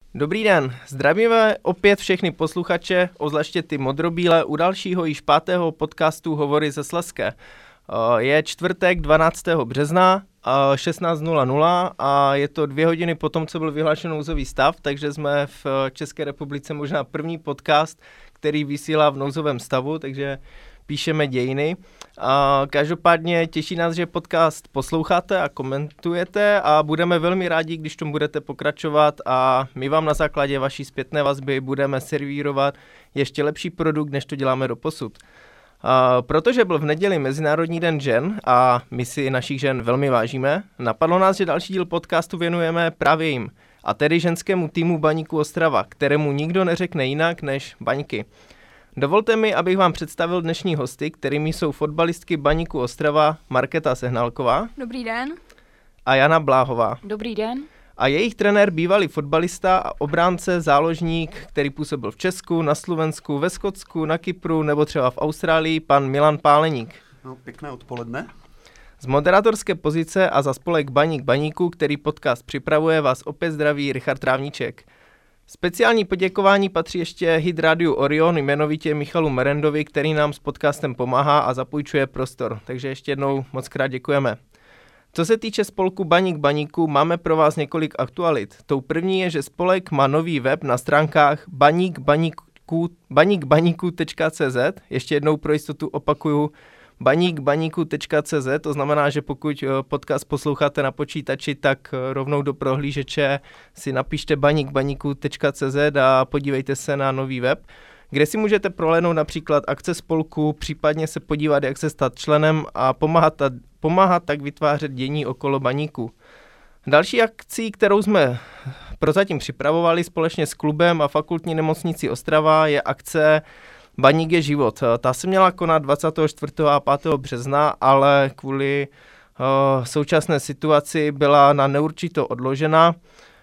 Dobrý den, zdravíme opět všechny posluchače, obzvláště ty modrobílé, u dalšího již 5. podcastu Hovory ze Slezské. Je čtvrtek 12. března 16:00 a je to 2 hodiny po tom, co byl vyhlášen nouzový stav, takže jsme v České republice možná první podcast, který vysílá v nouzovém stavu, takže píšeme dějiny. Každopádně těší nás, že podcast posloucháte a komentujete a budeme velmi rádi, když tomu budete pokračovat a my vám na základě vaší zpětné vazby budeme servírovat ještě lepší produkt, než to děláme doposud. Protože byl v neděli Mezinárodní den žen a my si našich žen velmi vážíme, napadlo nás, že další díl podcastu věnujeme právě jim, a tedy ženskému týmu Baníku Ostrava, kterému nikdo neřekne jinak než Baňky. Dovolte mi, abych vám představil dnešní hosty, kterými jsou fotbalistky Baníku Ostrava Markéta Sehnálková. Dobrý den. A Jana Bláhová. Dobrý den. A jejich trenér, bývalý fotbalista a obránce, záložník, který působil v Česku, na Slovensku, ve Skotsku, na Kypru nebo třeba v Austrálii, pan Milan Páleník. No, pěkné odpoledne. Z moderátorské pozice a za spolek Baník Baníku, který podcast připravuje, vás opět zdraví Richard Trávníček. Speciální poděkování patří ještě Hit Rádiu Orion, jmenovitě Michalu Merendovi, který nám s podcastem pomáhá a zapůjčuje prostor. Takže ještě jednou moc krát děkujeme. Co se týče spolku Baník Baníku, máme pro vás několik aktualit. Tou první je, že spolek má nový web na stránkách banikbaníku.cz. Ještě jednou pro jistotu opakuju, banikbaníku.cz, to znamená, že pokud podcast posloucháte na počítači, tak rovnou do prohlížeče si napište banikbaníku.cz a podívejte se na nový web, kde si můžete prohlédnout například akce spolku, případně se podívat, jak se stát členem a pomáhat tak vytvářet dění okolo Baníku. Další akcí, kterou jsme prozatím připravovali společně s klubem a fakultní nemocnicí Ostrava, je akce Baník je život. Ta se měla konat 24. a 5. března, ale kvůli současné situaci byla na neurčito odložena.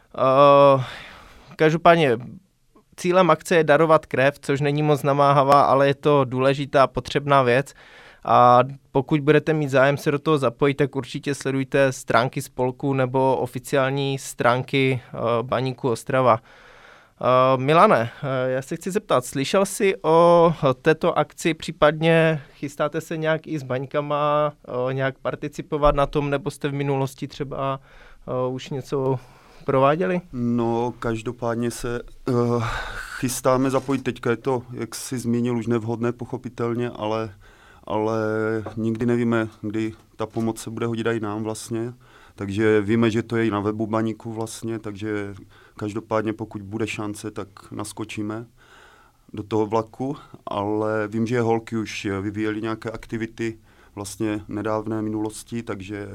Každopádně cílem akce je darovat krev, což není moc namáhavá, ale je to důležitá, potřebná věc. A pokud budete mít zájem se do toho zapojit, tak určitě sledujte stránky spolku nebo oficiální stránky Baníku Ostrava. Milane, já se chci zeptat, slyšel jsi o této akci, případně chystáte se nějak i s baňkama nějak participovat na tom, nebo jste v minulosti třeba už něco prováděli? No, každopádně se chystáme zapojit. Teďka je to, jak jsi zmínil, už nevhodné pochopitelně, ale nikdy nevíme, kdy ta pomoc se bude hodit i nám vlastně. Takže víme, že to je i na webu Baníku vlastně, takže každopádně pokud bude šance, tak naskočíme do toho vlaku, ale vím, že holky už vyvíjely nějaké aktivity vlastně nedávné minulosti, takže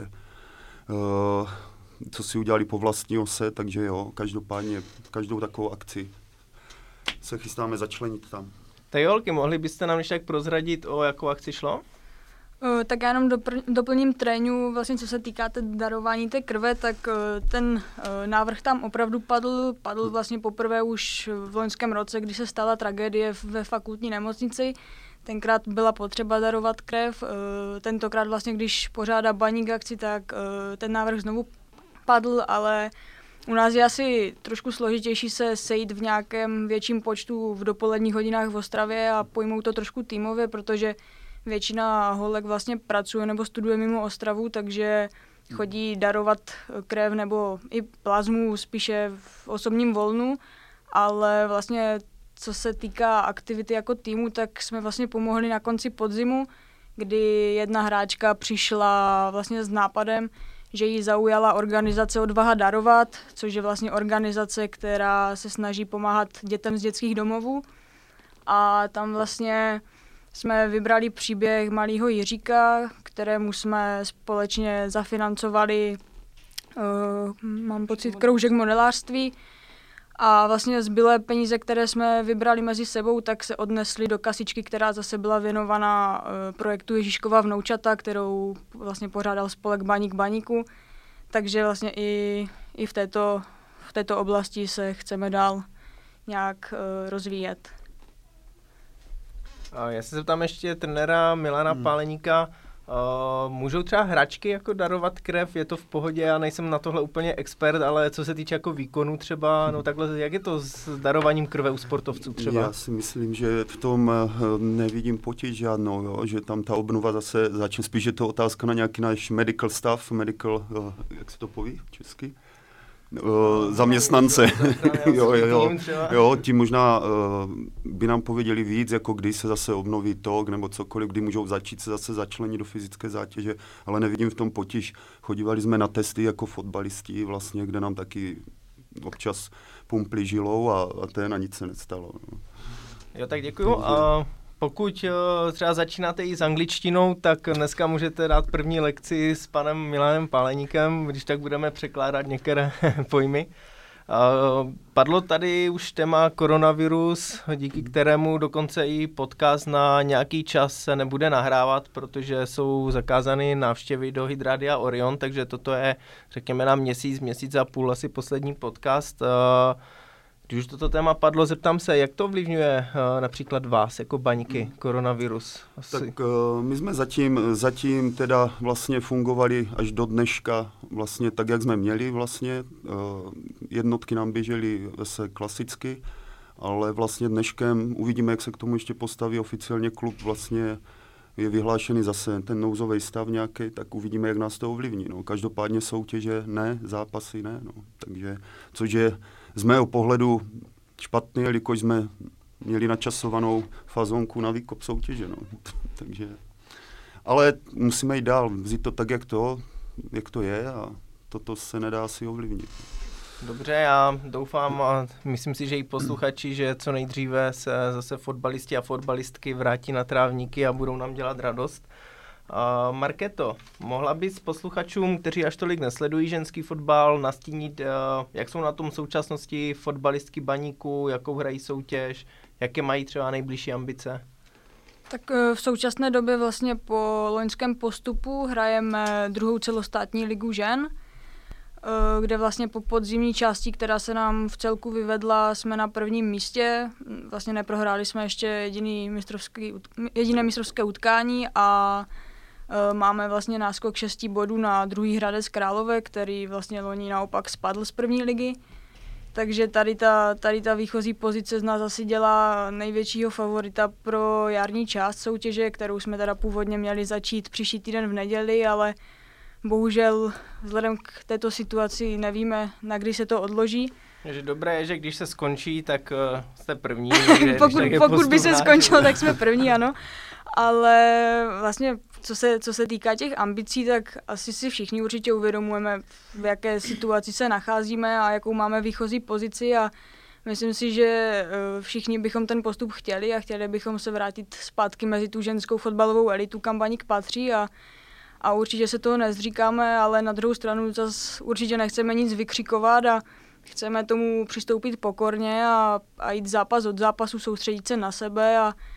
co si udělali po vlastní ose, takže jo, každopádně každou takovou akci se chystáme začlenit tam. Tak holky, mohli byste nám ještě tak prozradit, o jakou akci šlo? Tak já jenom doplním Tréňu, vlastně co se týká darování té krve, tak ten návrh tam opravdu padl vlastně poprvé už v loňském roce, kdy se stala tragédie ve fakultní nemocnici. Tenkrát byla potřeba darovat krev, tentokrát vlastně, když pořádá Baník akci, tak ten návrh znovu padl, ale u nás je asi trošku složitější se sejít v nějakém větším počtu v dopoledních hodinách v Ostravě a pojmout to trošku týmově, protože většina holek vlastně pracuje nebo studuje mimo Ostravu, takže chodí darovat krev nebo i plazmu spíše v osobním volnu, ale vlastně co se týká aktivity jako týmu, tak jsme vlastně pomohli na konci podzimu, kdy jedna hráčka přišla vlastně s nápadem, že jí zaujala organizace Odvaha darovat, což je vlastně organizace, která se snaží pomáhat dětem z dětských domovů. A tam vlastně jsme vybrali příběh malého Jiříka, kterému jsme společně zafinancovali, mám pocit, kroužek modelářství. A vlastně zbylé peníze, které jsme vybrali mezi sebou, tak se odnesly do kasičky, která zase byla věnovaná projektu Ježíškova vnoučata, kterou vlastně pořádal spolek Baník Baníku. Takže vlastně i v této oblasti se chceme dál nějak rozvíjet. Já se zeptám ještě trenéra Milana Páleníka. Můžou třeba hráčky jako darovat krev, je to v pohodě, já nejsem na tohle úplně expert, ale co se týče jako výkonu třeba, no takhle, jak je to s darováním krve u sportovců třeba? Já si myslím, že v tom nevidím potíž žádnou, jo, že tam ta obnova zase začne, spíš je to otázka na nějaký náš medical staff, jak se to poví česky? Zaměstnance. Jo, ti možná by nám pověděli víc, jako kdy se zase obnoví tok, nebo cokoliv, kdy můžou začít se zase začlenit do fyzické zátěže, ale nevidím v tom potíž. Chodívali jsme na testy jako fotbalisti, vlastně, kde nám taky občas pumpli žilou a na nic se nestalo. No. Jo, tak děkuju. Pokud třeba začínáte i s angličtinou, tak dneska můžete dát první lekci s panem Milanem Páleníkem, když tak budeme překládat některé pojmy. Padlo tady už téma koronavirus, díky kterému dokonce i podcast na nějaký čas se nebude nahrávat, protože jsou zakázány návštěvy do Hydradia Orion, takže toto je, řekněme, na měsíc a půl asi poslední podcast. Když už toto téma padlo, zeptám se, jak to ovlivňuje například vás jako baňky, koronavirus? Asi. Tak my jsme zatím teda vlastně fungovali až do dneška vlastně tak, jak jsme měli vlastně. Jednotky nám běžely zase klasicky, ale vlastně dneškem uvidíme, jak se k tomu ještě postaví oficiálně klub, vlastně je vyhlášený zase ten nouzový stav nějaký, tak uvidíme, jak nás to ovlivní. No. Každopádně soutěže ne, zápasy ne, no. Takže, což je z mého pohledu špatný, jelikož jsme měli načasovanou fazonku na výkop soutěže. No. Takže, ale musíme jít dál, vzít to tak, jak to je a toto se nedá si ovlivnit. Dobře, já doufám a myslím si, že i posluchači, že co nejdříve se zase fotbalisti a fotbalistky vrátí na trávníky a budou nám dělat radost. Markéto, mohla bys posluchačům, kteří až tolik nesledují ženský fotbal, nastínit, jak jsou na tom v současnosti fotbalistky Baníku, jakou hrají soutěž, jaké mají třeba nejbližší ambice? Tak v současné době vlastně po loňském postupu hrajeme druhou celostátní ligu žen, kde vlastně po podzimní části, která se nám v celku vyvedla, jsme na prvním místě. Vlastně neprohráli jsme ještě jediné mistrovské utkání a máme vlastně náskok 6 bodů na druhý Hradec Králové, který vlastně loni naopak spadl z první ligy. Takže tady ta výchozí pozice z nás asi dělá největšího favorita pro jarní část soutěže, kterou jsme teda původně měli začít příští týden v neděli, ale bohužel vzhledem k této situaci nevíme, na kdy se to odloží. Takže dobré je, že když se skončí, tak jste první. Pokud by se skončilo, tak jsme první, ano. Ale vlastně, co se týká těch ambicí, tak asi si všichni určitě uvědomujeme, v jaké situaci se nacházíme a jakou máme výchozí pozici a myslím si, že všichni bychom ten postup chtěli a chtěli bychom se vrátit zpátky mezi tu ženskou fotbalovou elitu, kam Baník patří a určitě se toho nezříkáme, ale na druhou stranu zase určitě nechceme nic vykřikovat a chceme tomu přistoupit pokorně a jít zápas od zápasu, soustředit se na sebe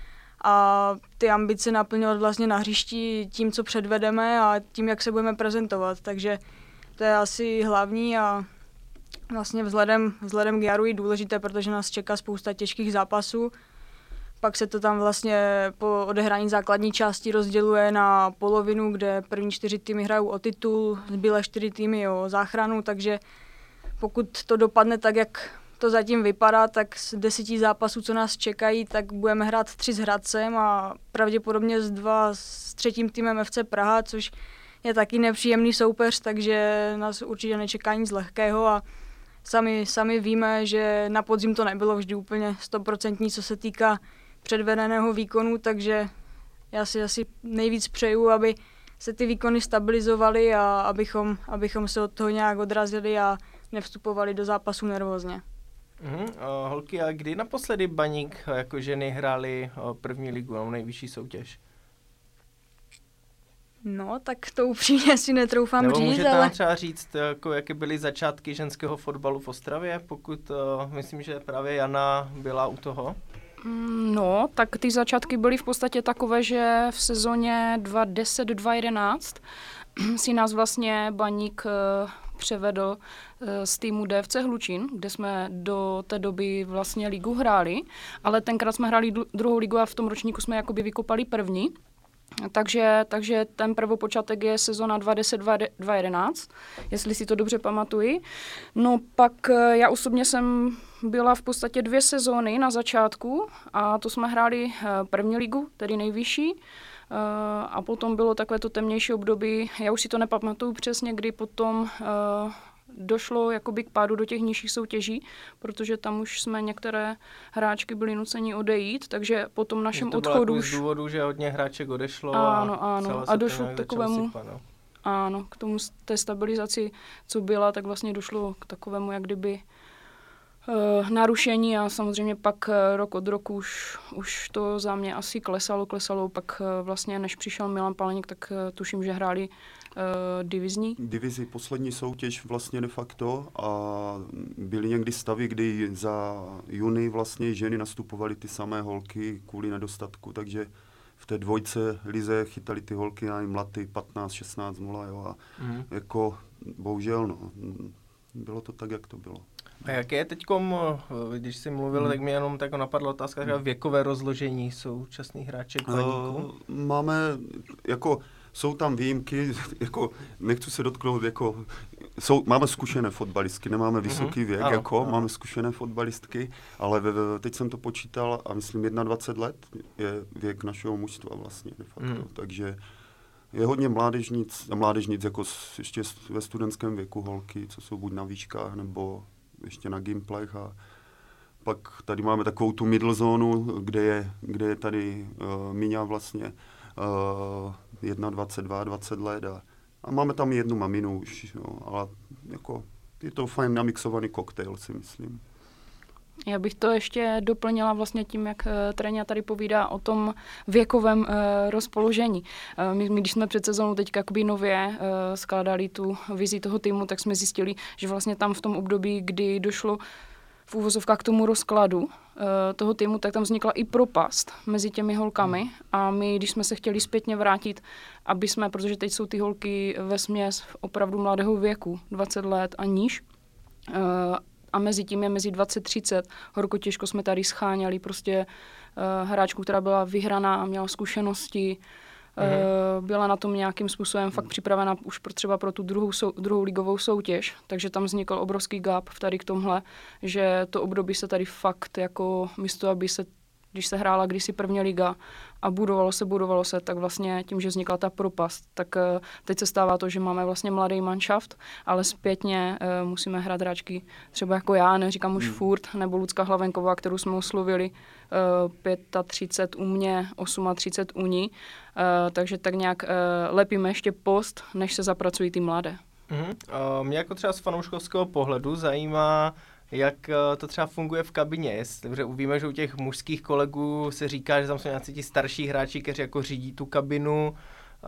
a ty ambice naplňovat vlastně na hřišti tím, co předvedeme a tím, jak se budeme prezentovat. Takže to je asi hlavní a vlastně vzhledem k jaru je důležité, protože nás čeká spousta těžkých zápasů. Pak se to tam vlastně po odehrání základní části rozděluje na polovinu, kde první 4 týmy hrajou o titul, zbylé 4 týmy o záchranu, takže pokud to dopadne tak, jak to zatím vypadá, tak z 10 zápasů, co nás čekají, tak budeme hrát 3 s Hradcem a pravděpodobně s 2 s třetím týmem FC Praha, což je taky nepříjemný soupeř, takže nás určitě nečeká nic lehkého a sami víme, že na podzim to nebylo vždy úplně 100%, co se týká předvedeného výkonu, takže já si asi nejvíc přeju, aby se ty výkony stabilizovaly a abychom se od toho nějak odrazili a nevstupovali do zápasu nervózně. Holky, a kdy naposledy Baník jako ženy hráli první ligu nebo nejvyšší soutěž? No, tak to upřímně si netroufám nebo říct, můžete ale... nám třeba říct, jako, jaké byly začátky ženského fotbalu v Ostravě, pokud myslím, že právě Jana byla u toho? No, tak ty začátky byly v podstatě takové, že v sezóně 2010-2011 si nás vlastně Baník převedl z týmu DFC Hlučín, kde jsme do té doby vlastně ligu hráli, ale tenkrát jsme hráli druhou ligu a v tom ročníku jsme jakoby vykopali první. Takže ten prvopočátek je sezona 2010-2011, jestli si to dobře pamatuji. No pak já osobně jsem byla v podstatě 2 sezóny na začátku a to jsme hráli první ligu, tedy nejvyšší. A potom bylo takové to temnější období, já už si to nepamatuju přesně, kdy potom došlo jakoby k pádu do těch nižších soutěží, protože tam už jsme některé hráčky byli nuceni odejít, takže po tom našem odchodu už... z důvodu, že hodně hráček odešlo ano, a došlo k takovému k tomu té stabilizaci, co byla, tak vlastně došlo k takovému jak kdyby narušení a samozřejmě pak rok od roku už to za mě asi klesalo, pak vlastně než přišel Milan Paleník, tak tuším, že hráli divizi poslední soutěž vlastně de facto a byly někdy stavy, kdy za juni vlastně ženy nastupovaly ty samé holky kvůli nedostatku, takže v té dvojce lize chytali ty holky na mlaty 15-16-0, jo, a jako bohužel, no, bylo to tak, jak to bylo. A jaké je teďkom, když jsi mluvil, tak mě jenom tak napadla otázka, že věkové rozložení současných hráček Baníku? Máme, jako, jsou tam výjimky, jako, nechci se dotknout, jako, máme zkušené fotbalistky, nemáme vysoký věk, ano. Máme zkušené fotbalistky, ale teď jsem to počítal a myslím 21 let je věk našeho mužstva vlastně de facto, takže je hodně mládežnic jako ještě ve studentském věku holky, co jsou buď na výškách nebo ještě na gimplech a pak tady máme takovou tu middle zónu, kde je tady Míňa vlastně 21, 20 let a máme tam jednu maminu už, no, ale jako je to fajn namixovaný koktejl, si myslím. Já bych to ještě doplnila vlastně tím, jak trenér tady povídá o tom věkovém rozpoložení. My, když jsme před sezónou teďka nově skládali tu vizi toho týmu, tak jsme zjistili, že vlastně tam v tom období, kdy došlo v úvozovkách k tomu rozkladu toho týmu, tak tam vznikla i propast mezi těmi holkami a my, když jsme se chtěli zpětně vrátit, protože teď jsou ty holky vesměs opravdu mladého věku, 20 let a níž, a mezi tím je mezi 20-30. Horko těžko jsme tady scháněli prostě hráčku, která byla vyhraná, měla zkušenosti, byla na tom nějakým způsobem fakt připravena už třeba pro tu druhou ligovou soutěž. Takže tam vznikl obrovský gap v tady k tomhle, že to období se tady fakt jako místo, aby se, když se hrála kdysi první liga a budovalo se, tak vlastně tím, že vznikla ta propast, tak teď se stává to, že máme vlastně mladý manšaft, ale zpětně musíme hrát hráčky třeba jako já, neříkám už furt, nebo Lucka Hlavenková, kterou jsme oslovili 35 u mě, 38 u ní, takže tak nějak lepíme ještě post, než se zapracují ty mladé. Mě jako třeba z fanouškovského pohledu zajímá, jak to třeba funguje v kabině. Protože víme, že u těch mužských kolegů se říká, že tam jsou nějací ti starší hráči, kteří jako řídí tu kabinu.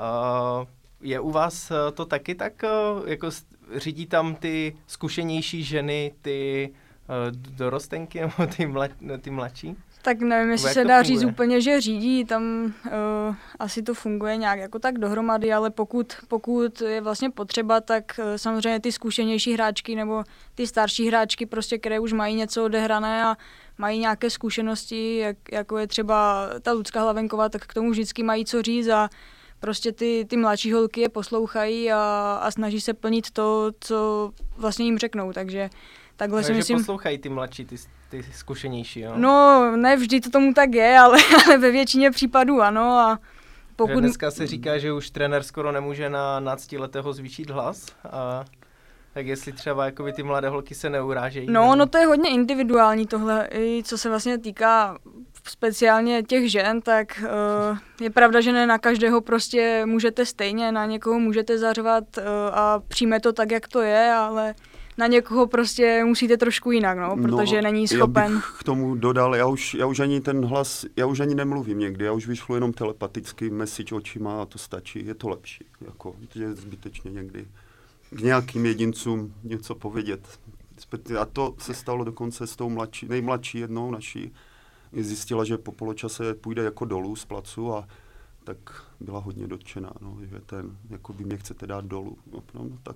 Je u vás to taky tak? Jako řídí tam ty zkušenější ženy, ty dorostenky nebo ty mladší? Tak nevím, jestli se dá říct úplně, že řídí, tam asi to funguje nějak jako tak dohromady, ale pokud je vlastně potřeba, tak samozřejmě ty zkušenější hráčky nebo ty starší hráčky, prostě, které už mají něco odehrané a mají nějaké zkušenosti, jako je třeba ta Lucka Hlavenková, tak k tomu vždycky mají co říct a prostě ty mladší holky je poslouchají a snaží se plnit to, co vlastně jim řeknou, takže takhle si myslím... poslouchají ty mladší, ty zkušenější, jo? No, ne vždy to tomu tak je, ale ve většině případů ano a pokud... Že dneska se říká, že už trenér skoro nemůže na 12letého zvýšit hlas a tak jestli třeba jakoby ty mladé holky se neurážejí. No to je hodně individuální tohle, i co se vlastně týká speciálně těch žen, tak je pravda, že ne na každého prostě můžete stejně, na někoho můžete zařvat a přijme to tak, jak to je, ale na někoho prostě musíte trošku jinak, protože není schopen. Já bych k tomu dodal, já už ani ten hlas, já už ani nemluvím někdy, já už vyšlu jenom telepaticky message očima a to stačí, je to lepší, jako, je zbytečně někdy k nějakým jedincům něco povědět. A to se stalo dokonce s tou nejmladší jednou naší, zjistila, že po poločase půjde jako dolů z placu a tak byla hodně dotčená, že jako by mě chcete dát dolů, tak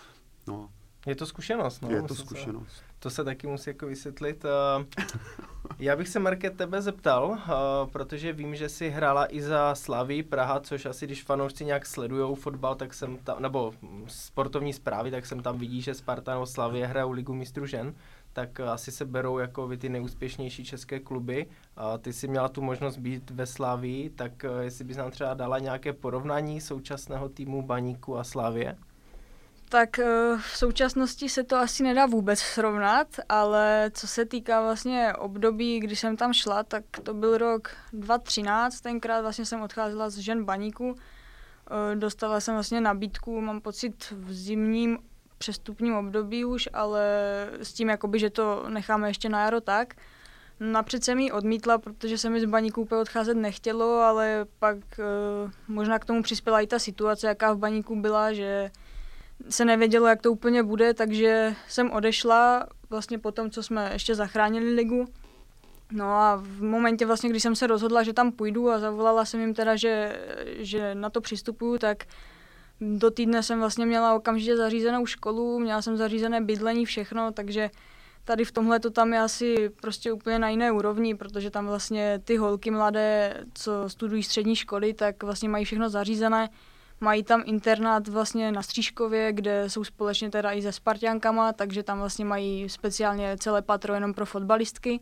Je to zkušenost, Je to zkušenost. To se taky musí jako vysvětlit. Já bych se, Marke, tebe zeptal, protože vím, že jsi hrála i za Slavii Praha, což asi když fanoušci nějak sledujou fotbal, tak jsem tam, nebo sportovní zprávy, tak jsem tam vidí, že Sparta nebo Slavie hrajou Ligu mistrů žen, tak asi se berou jako vy ty nejúspěšnější české kluby. Ty jsi měla tu možnost být ve Slavii, tak jestli bys nám třeba dala nějaké porovnání současného týmu Baníku a Slavie? Tak v současnosti se to asi nedá vůbec srovnat, ale co se týká vlastně období, kdy jsem tam šla, tak to byl rok 2013, tenkrát vlastně jsem odcházela z žen Baníku, dostala jsem vlastně nabídku, mám pocit v zimním přestupním období už, ale s tím jakoby, že to necháme ještě na jaro tak. Napřed jsem ji odmítla, protože se mi z Baníku úplně odcházet nechtělo, ale pak možná k tomu přispěla i ta situace, jaká v Baníku byla, že se nevědělo, jak to úplně bude, takže jsem odešla vlastně po tom, co jsme ještě zachránili ligu. No a v momentě vlastně, když jsem se rozhodla, že tam půjdu a zavolala jsem jim teda, že na to přistupuju, tak do týdne jsem vlastně měla okamžitě zařízenou školu, měla jsem zařízené bydlení, všechno, takže tady v tomhle to tam je asi prostě úplně na jiné úrovni, protože tam vlastně ty holky mladé, co studují střední školy, tak vlastně mají všechno zařízené. Mají tam internát vlastně na Stříškově, kde jsou společně teda i se Sparťankama, takže tam vlastně mají speciálně celé patro jenom pro fotbalistky.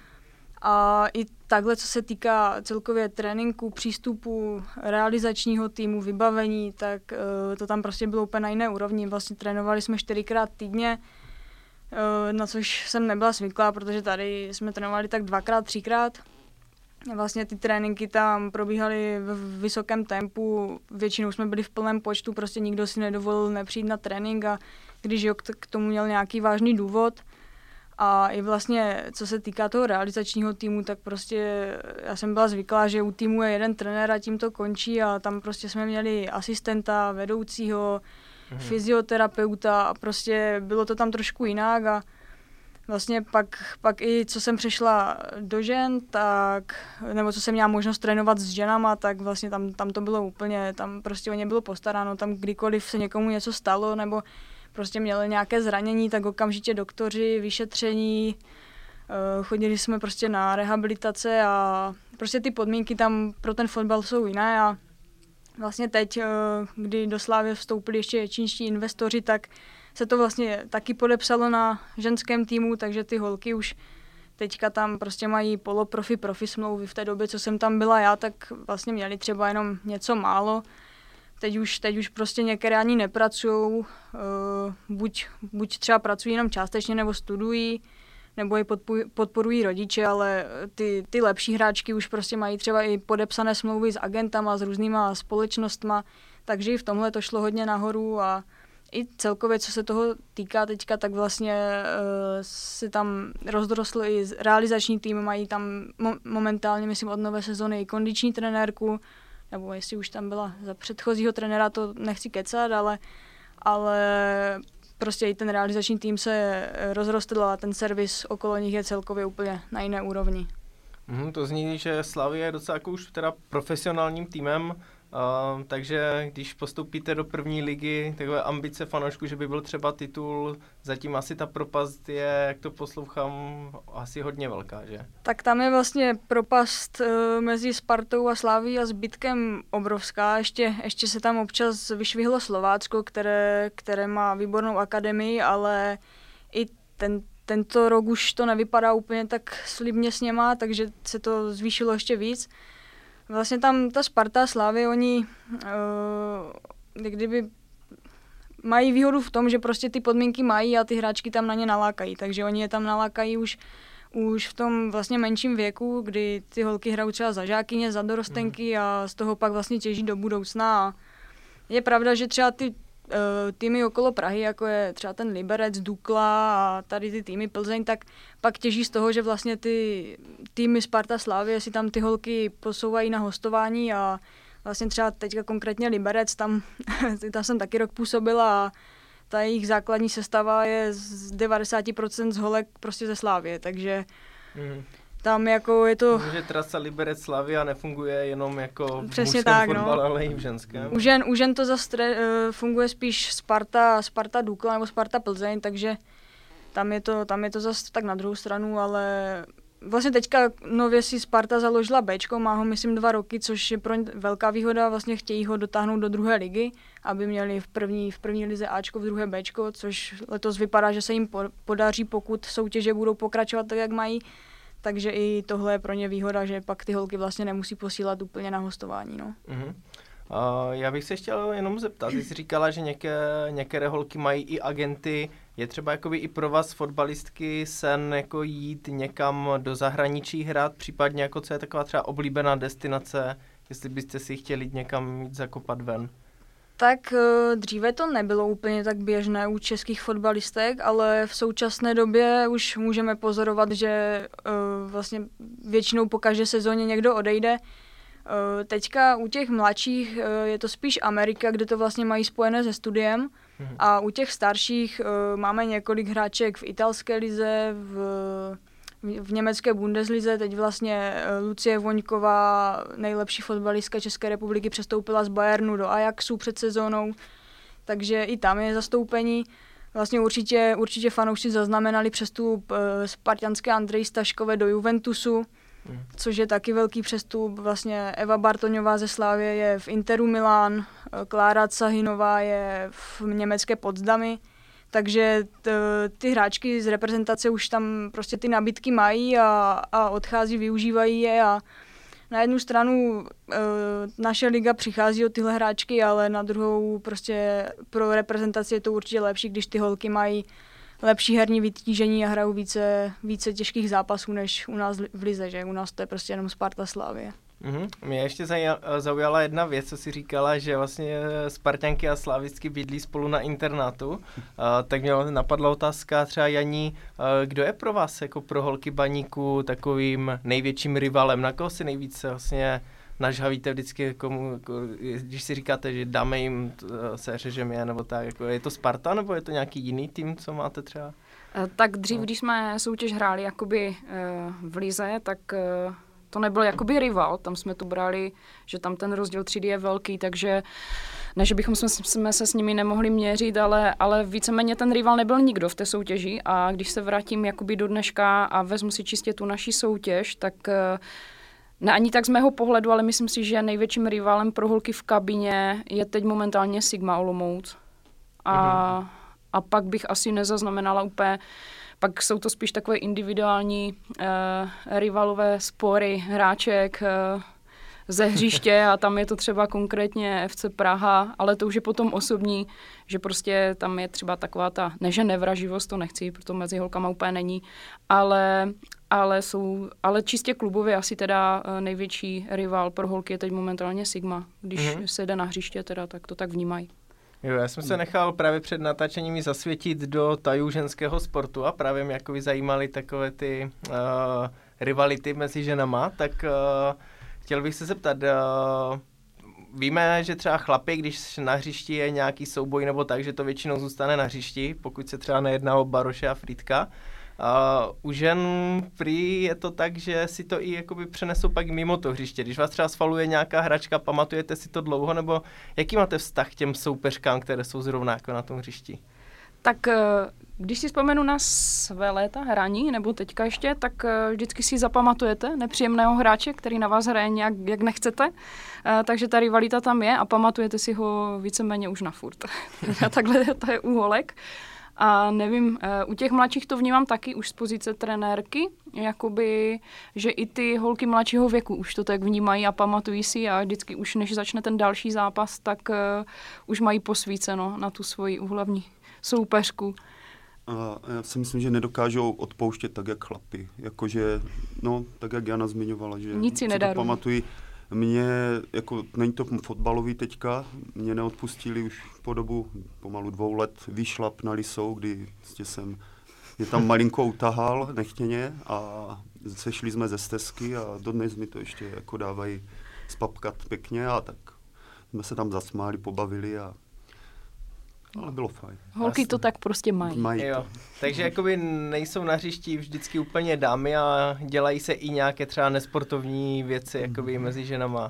A i takhle, co se týká celkově tréninku, přístupu, realizačního týmu, vybavení, tak to tam prostě bylo úplně na jiné úrovni. Vlastně trénovali jsme 4x týdně, na což jsem nebyla zvyklá, protože tady jsme trénovali tak 2x, 3x. Vlastně ty tréninky tam probíhaly v vysokém tempu, většinou jsme byli v plném počtu, prostě nikdo si nedovolil nepřijít na trénink a když jo, k tomu měl nějaký vážný důvod. A i vlastně, co se týká toho realizačního týmu, tak prostě já jsem byla zvyklá, že u týmu je jeden trenér a tím to končí a tam prostě jsme měli asistenta, vedoucího, fyzioterapeuta a prostě bylo to tam trošku jinak a vlastně pak i co jsem přešla do žen, tak, nebo co jsem měla možnost trénovat s ženama, tak vlastně tam to bylo úplně, tam prostě o ně bylo postaráno, tam kdykoliv se někomu něco stalo, nebo prostě měli nějaké zranění, tak okamžitě doktoři, vyšetření, chodili jsme prostě na rehabilitace a prostě ty podmínky tam pro ten fotbal jsou jiné a vlastně teď, kdy do Slavie vstoupili ještě čínští investoři, tak se to vlastně taky podepsalo na ženském týmu, takže ty holky už teďka tam prostě mají profi smlouvy. V té době, co jsem tam byla já, tak vlastně měli třeba jenom něco málo. Teď už prostě některé ani nepracujou, buď třeba pracují jenom částečně, nebo studují, nebo je podporují rodiče, ale ty lepší hráčky už prostě mají třeba i podepsané smlouvy s agentama, s různýma společnostma, takže i v tomhle to šlo hodně nahoru a i celkově, co se toho týká teďka, tak vlastně se tam rozrostl i realizační tým, mají tam momentálně, myslím, od nové sezony i kondiční trenérku, nebo jestli už tam byla za předchozího trenéra, to nechci kecat, ale prostě i ten realizační tým se rozrostl a ten servis okolo nich je celkově úplně na jiné úrovni. To zní, že Slavie je docela jako už teda profesionálním týmem, takže když postoupíte do první ligy, takové ambice fanoušků, že by byl třeba titul, zatím asi ta propast je, jak to poslouchám, asi hodně velká, že? Tak tam je vlastně propast mezi Spartou a Slavií a zbytkem obrovská. Ještě se tam občas vyšvihlo Slovácko, které má výbornou akademii, ale i tento rok už to nevypadá úplně tak slibně s něma, takže se to zvýšilo ještě víc. Vlastně tam ta Sparta a Slavie, oni kdyby mají výhodu v tom, že prostě ty podmínky mají a ty hráčky tam na ně nalákají, takže oni je tam nalákají už v tom vlastně menším věku, kdy ty holky hrajou třeba za žákyně, za dorostenky a z toho pak vlastně těží do budoucna. A je pravda, že třeba ty týmy okolo Prahy, jako je třeba ten Liberec, Dukla a tady ty týmy Plzeň, tak pak těží z toho, že vlastně ty týmy Sparta, Slavie si tam ty holky posouvají na hostování a vlastně třeba teďka konkrétně Liberec, tam jsem taky rok působila a ta jejich základní sestava je z 90% z holek prostě ze Slavie, takže tam jako je to... Takže trasa Liberec Slavia nefunguje jenom jako v mužském fotbale, ale i v ženském. U žen to zase funguje spíš Sparta Dukla nebo Sparta Plzeň, takže tam je to zase tak na druhou stranu, ale vlastně teďka nově si Sparta založila Bčko, má ho myslím 2 roky, což je pro ně velká výhoda, vlastně chtějí ho dotáhnout do 2. ligy, aby měli v první lize Ačko, v 2. Bčko, což letos vypadá, že se jim podaří, pokud soutěže budou pokračovat tak, jak mají. Takže i tohle je pro ně výhoda, že pak ty holky vlastně nemusí posílat úplně na hostování. No. Mm-hmm. Já bych se chtěl jenom zeptat, ty jsi říkala, že některé holky mají i agenty. Je třeba jakoby i pro vás fotbalistky sen jako jít někam do zahraničí hrát, případně jako co je taková třeba oblíbená destinace, jestli byste si chtěli někam jít zakopat ven? Tak dříve to nebylo úplně tak běžné u českých fotbalistek, ale v současné době už můžeme pozorovat, že vlastně většinou po každé sezóně někdo odejde. Teďka u těch mladších je to spíš Amerika, kde to vlastně mají spojené se studiem. A u těch starších máme několik hráček v italské lize, v německé Bundeslize. Teď vlastně Lucie Voňková, nejlepší fotbalistka České republiky, přestoupila z Bayernu do Ajaxu před sezónou. Takže i tam je zastoupení. Vlastně určitě fanoušci zaznamenali přestup spartanské Andreji Staškové do Juventusu, což je taky velký přestup. Vlastně Eva Bartoňová ze Slavie je v Interu Milán, Klára Cahinová je v německé Potsdamy, takže ty hráčky z reprezentace už tam prostě ty nabídky mají a odchází, využívají je a na jednu stranu naše liga přichází o tyhle hráčky, ale na druhou prostě pro reprezentaci je to určitě lepší, když ty holky mají lepší herní vytížení a hrajou více těžkých zápasů než u nás v lize, že u nás to je prostě jenom Sparta Slavie. Mě ještě zaujala jedna věc, co jsi říkala, že vlastně Spartanky a Slávistky bydlí spolu na internátu, tak mě napadla otázka třeba Janí, kdo je pro vás jako pro holky Baníku takovým největším rivalem, na koho si nejvíce vlastně nažhavíte vždycky, když si říkáte, že dáme jim se řežeme, nebo tak, jako je to Sparta, nebo je to nějaký jiný tým, co máte třeba? Tak dřív, když jsme soutěž hráli jakoby v lize, tak to nebyl jakoby rival, tam jsme to brali, že tam ten rozdíl třídy je velký, takže ne, že bychom jsme se s nimi nemohli měřit, ale víceméně ten rival nebyl nikdo v té soutěži a když se vrátím jakoby do dneška a vezmu si čistě tu naši soutěž, tak ne ani tak z mého pohledu, ale myslím si, že největším rivalem pro holky v kabině je teď momentálně Sigma Olomouc. A pak bych asi nezaznamenala úplně, pak jsou to spíš takové individuální rivalové spory hráček ze hřiště a tam je to třeba konkrétně FC Praha, ale to už je potom osobní, že prostě tam je třeba taková ta, ne že nevraživost, to nechci, protože mezi holkama úplně není, ale čistě klubově asi teda největší rival pro holky je teď momentálně Sigma. Když se jde na hřiště, teda, tak to tak vnímají. Jo, já jsem se nechal právě před natáčením zasvětit do tajů ženského sportu a právě mě jako zajímaly takové ty rivality mezi ženama, tak chtěl bych se zeptat, víme, že třeba chlapi, když na hřišti je nějaký souboj nebo tak, že to většinou zůstane na hřišti, pokud se třeba nejedná o Baroše a Frýdka. U žen prý je to tak, že si to i jakoby přenesou pak mimo to hřiště. Když vás třeba sfaluje nějaká hračka, pamatujete si to dlouho, nebo jaký máte vztah k těm soupeřkám, které jsou zrovna jako na tom hřišti? Tak když si vzpomenu na své léta hraní, nebo teďka ještě, tak vždycky si zapamatujete nepříjemného hráče, který na vás hraje nějak, jak nechcete. Takže ta rivalita tam je a pamatujete si ho víceméně už na furt. Takhle to je u holek. A nevím, u těch mladších to vnímám taky už z pozice trenérky, jakoby, že i ty holky mladšího věku už to tak vnímají a pamatují si a vždycky už než začne ten další zápas, tak už mají posvíceno na tu svoji hlavní soupeřku. A já si myslím, že nedokážou odpouštět tak, jak chlapi. Jakože, no, tak jak Jana zmiňovala, že nic si to pamatují. Mě, jako není to fotbalový teďka, mě neodpustili už po dobu pomalu 2 let výšlap na Lisou, kdy jsem je tam malinko utahal nechtěně a sešli jsme ze stezky a dodnes mi to ještě jako dávají spapkat pěkně a tak jsme se tam zasmáli, pobavili ale bylo fajn. Holky to tak prostě mají. Jo. Takže jakoby nejsou na hřišti vždycky úplně dámy a dělají se i nějaké třeba nesportovní věci jakoby mezi ženama.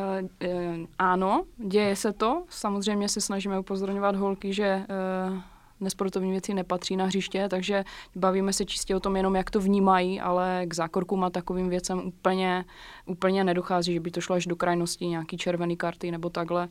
Ano, děje se to. Samozřejmě se snažíme upozorňovat holky, že nesportovní věci nepatří na hřiště, takže bavíme se čistě o tom jenom, jak to vnímají, ale k zákrokům a takovým věcem úplně nedochází, že by to šlo až do krajnosti, nějaký červený karty nebo takhle.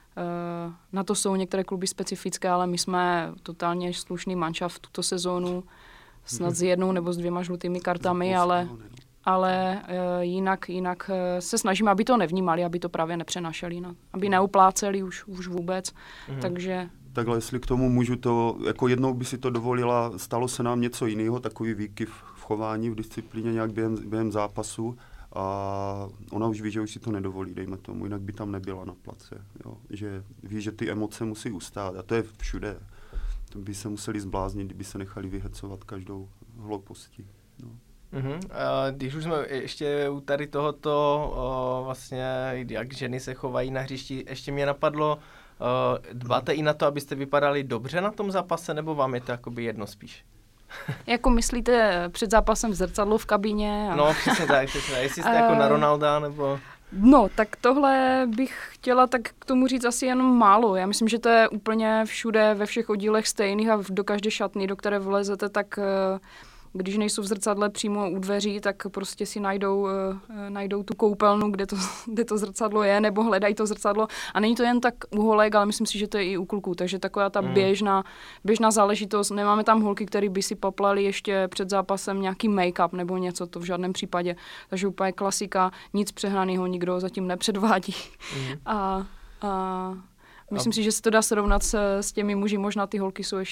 Na to jsou některé kluby specifické, ale my jsme totálně slušný manšaft tuto sezónu, snad s 1 nebo s 2 žlutými kartami, ale jinak se snažíme, aby to nevnímali, aby to právě nepřenašeli, aby neupláceli už vůbec, takže... Takhle, jestli k tomu můžu, to jako jednou by si to dovolila, stalo se nám něco jiného, takový výkyv v chování, v disciplíně nějak během zápasu a ona už ví, že už si to nedovolí, dejme tomu, jinak by tam nebyla na place, jo? Že ví, že ty emoce musí ustát a to je všude. To by se museli zbláznit, kdyby se nechali vyhecovat každou hloupostí. No. Když už jsme ještě u tady tohoto, vlastně, jak ženy se chovají na hřišti, ještě mě napadlo, dbáte i na to, abyste vypadali dobře na tom zápase, nebo vám je to jakoby jedno spíš? Jako myslíte před zápasem zrcadlo v kabině? No, přesně tak. Jestli jste jako na Ronalda, nebo... No, tak tohle bych chtěla tak k tomu říct asi jenom málo. Já myslím, že to je úplně všude, ve všech oddílech stejných a do každé šatny, do které vlezete, tak když nejsou v zrcadle přímo u dveří, tak prostě si najdou tu koupelnu, kde to zrcadlo je, nebo hledají to zrcadlo. A není to jen tak u holek, ale myslím si, že to je i u kluků. Takže taková ta běžná záležitost. Nemáme tam holky, které by si paplali ještě před zápasem nějaký make-up nebo něco, to v žádném případě. Takže úplně klasika, nic přehnaného nikdo zatím nepředvádí. A myslím si, že se to dá srovnat s těmi muži. Možná ty holky jsou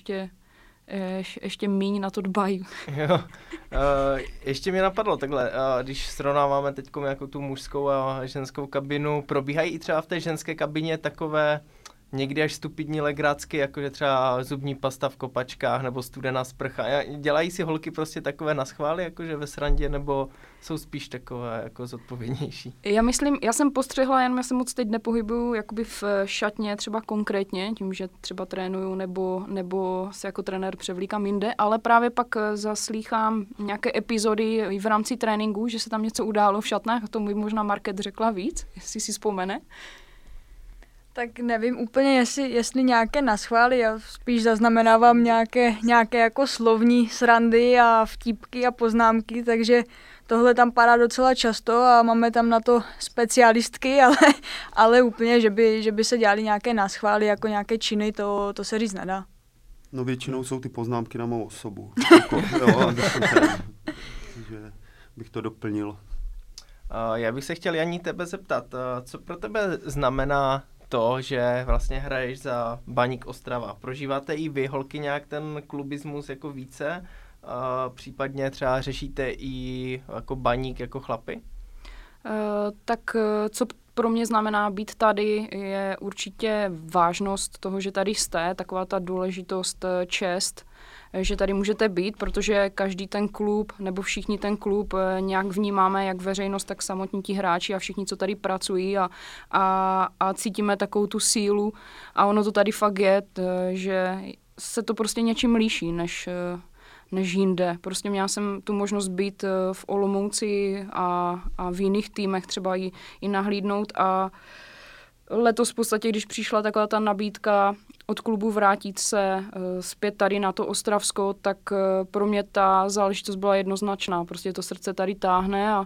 ještě míň na to dbají. Jo. Ještě mě napadlo takhle, když srovnáváme teď jako tu mužskou a ženskou kabinu, probíhají i třeba v té ženské kabině takové někdy až stupidní legrácky, jakože třeba zubní pasta v kopačkách nebo studená sprcha. Dělají si holky prostě takové naschvály, jakože ve srandě, nebo jsou spíš takové jako zodpovědnější? Já jsem postřehla, jenom já se moc teď nepohybuju jakoby v šatně třeba konkrétně, tím, že třeba trénuju nebo se jako trenér převlíkám jinde, ale právě pak zaslýchám nějaké epizody v rámci tréninku, že se tam něco událo v šatnách, a tomu by možná Market řekla víc, jestli si vzpomene. Tak nevím úplně, jestli nějaké naschvály, já spíš zaznamenávám nějaké jako slovní srandy a vtípky a poznámky, takže tohle tam padá docela často a máme tam na to specialistky, ale úplně, že by se dělali nějaké naschvály, jako nějaké činy, to se říct nedá. No většinou jsou ty poznámky na mou osobu. Takže bych to doplnil. Já bych se chtěl, Janí, tebe zeptat, co pro tebe znamená to, že vlastně hraješ za Baník Ostrava. Prožíváte i vy, holky, nějak ten klubismus jako více? Případně třeba řešíte i jako Baník jako chlapy? Tak co pro mě znamená být tady, je určitě vážnost toho, že tady jste, taková ta důležitost, čest, že tady můžete být, protože každý ten klub, nebo všichni ten klub nějak vnímáme, jak veřejnost, tak samotní ti hráči a všichni, co tady pracují a cítíme takovou tu sílu a ono to tady fakt je, že se to prostě něčím líší, než jinde. Prostě měla jsem tu možnost být v Olomouci a v jiných týmech třeba i nahlídnout a letos v podstatě, když přišla taková ta nabídka od klubu vrátit se zpět tady na to Ostravsko, tak pro mě ta záležitost byla jednoznačná. Prostě to srdce tady táhne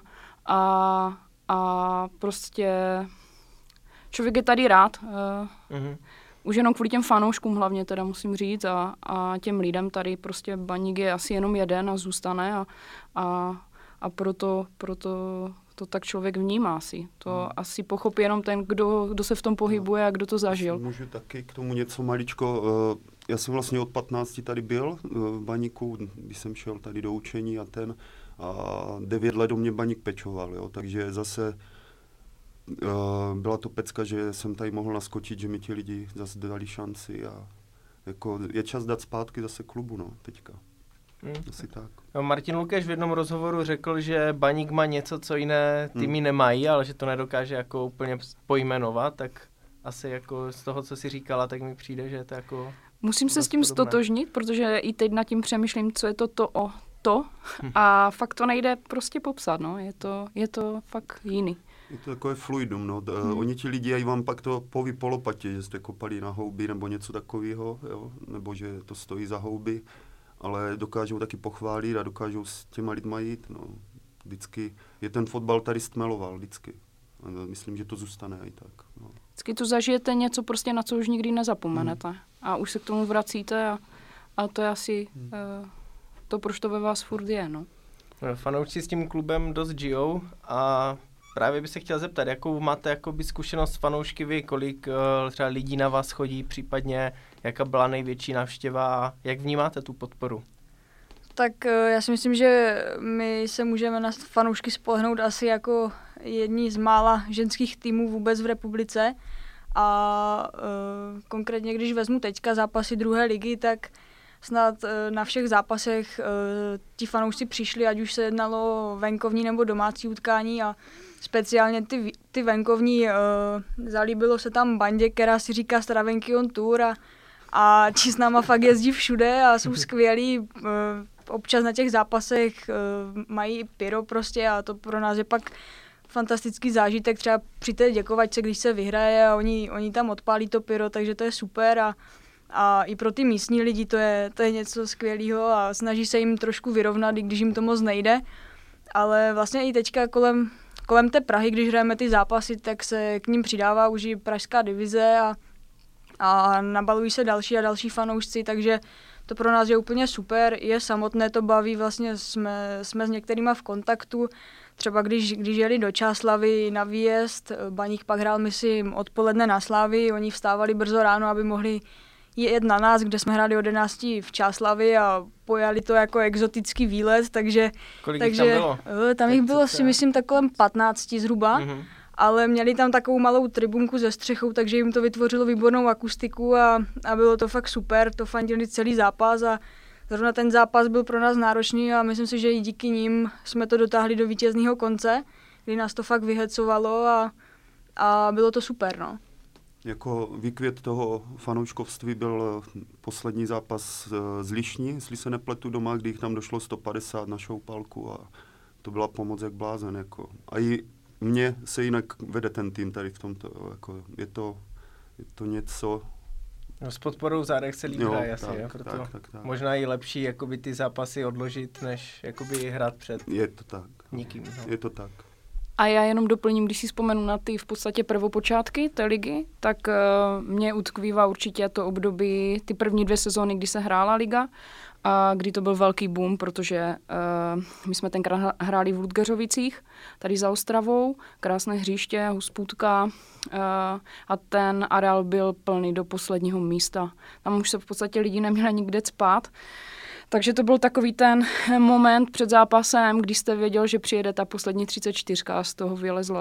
a prostě člověk je tady rád. Už jenom kvůli těm fanouškům hlavně teda musím říct a těm lidem tady prostě Baník je asi jenom jeden a zůstane a proto to tak člověk vnímá asi. To asi pochopí jenom ten, kdo se v tom pohybuje a kdo to zažil. Můžu taky k tomu něco maličko. Já jsem vlastně od 15 tady byl v Baníku, když jsem šel tady do učení a 9 let do mě Baník pečoval, jo, takže zase byla to pecka, že jsem tady mohl naskočit, že mi ti lidi zase dali šanci a jako je čas dát zpátky zase klubu, no, teďka. Asi tak. No, Martin Lukeš v jednom rozhovoru řekl, že Baník má něco, co jiné týmy nemají, ale že to nedokáže jako úplně pojmenovat, tak asi jako z toho, co jsi říkala, tak mi přijde, že je to jako... Musím se s tím stotožnit, protože i teď nad tím přemýšlím, co je to a fakt to nejde prostě popsat, no, je to fakt jiný. Je to takové fluidum, no. Oni ti lidi aj vám pak to poví po lopatě, že jste kopali na houby nebo něco takového, jo? Nebo že to stojí za houby, ale dokážou taky pochválit a dokážou s těma lidma jít, no. Vždycky je ten fotbal tady stmeloval, vždycky. A myslím, že to zůstane i tak. No. Vždycky tu zažijete něco prostě, na co už nikdy nezapomenete. A už se k tomu vracíte a to je asi to, proč to ve vás furt je, no. Fanoušci s tím klubem dost žijou a právě bych se chtěl zeptat, jakou máte jakoby zkušenost s fanoušky vy, kolik třeba lidí na vás chodí, případně jaká byla největší návštěva a jak vnímáte tu podporu? Tak já si myslím, že my se můžeme na fanoušky spolehnout asi jako jedni z mála ženských týmů vůbec v republice a konkrétně když vezmu teďka zápasy druhé ligy, tak snad na všech zápasech ti fanoušci přišli, ať už se jednalo venkovní nebo domácí utkání a speciálně ty venkovní zalíbilo se tam bandě, která si říká Stravenky on Tour a ti s náma fakt jezdí všude a jsou skvělí. Občas na těch zápasech mají pyro prostě a to pro nás je pak fantastický zážitek, třeba při té děkovačce, když se vyhraje a oni tam odpálí to pyro, takže to je super a i pro ty místní lidi to je něco skvělého a snaží se jim trošku vyrovnat, i když jim to moc nejde, ale vlastně i teďka kolem té Prahy, když hrajeme ty zápasy, tak se k ním přidává už i pražská divize a nabalují se další a další fanoušci, takže to pro nás je úplně super, je samotné to baví, vlastně jsme s některýma v kontaktu, třeba když jeli do Čáslavy na výjezd, Baník pak hrál myslím odpoledne na Slávii, oni vstávali brzo ráno, aby mohli jet na nás, kde jsme hráli od 11 v Čáslavi a pojali to jako exotický výlet, takže jich tam bylo? Tam jich bylo si myslím tak kolem 15 zhruba. Mm-hmm. Ale měli tam takovou malou tribunku ze střechou, takže jim to vytvořilo výbornou akustiku a bylo to fakt super, to fandili celý zápas a zrovna ten zápas byl pro nás náročný a myslím si, že i díky nim jsme to dotáhli do vítězného konce, kdy nás to fakt vyhecovalo a bylo to super, no. Jako výkvět toho fanouškovství byl poslední zápas z Líšní, jestli se nepletu doma, kdy jich tam došlo 150 na šoupálku a to byla pomoc jak blázen, jako. A i mně se jinak vede ten tým tady v tomto, jako je to něco... No, s podporou zádech se líp hraje asi, proto tak. Možná i lepší jakoby ty zápasy odložit, než jakoby hrát před je to tak. Nikým. No. Je to tak. A já jenom doplním, když si vzpomenu na ty v podstatě prvopočátky té ligy, tak mě utkvívá určitě to období, ty první 2 sezóny, kdy se hrála liga, a kdy to byl velký boom, protože my jsme tenkrát hráli v Ludgeřovicích, tady za Ostravou, krásné hřiště, hospůdka a ten areál byl plný do posledního místa. Tam už se v podstatě lidi neměli nikde spát. Takže to byl takový ten moment před zápasem, kdy jste věděl, že přijede ta poslední 34 a z toho vylezlo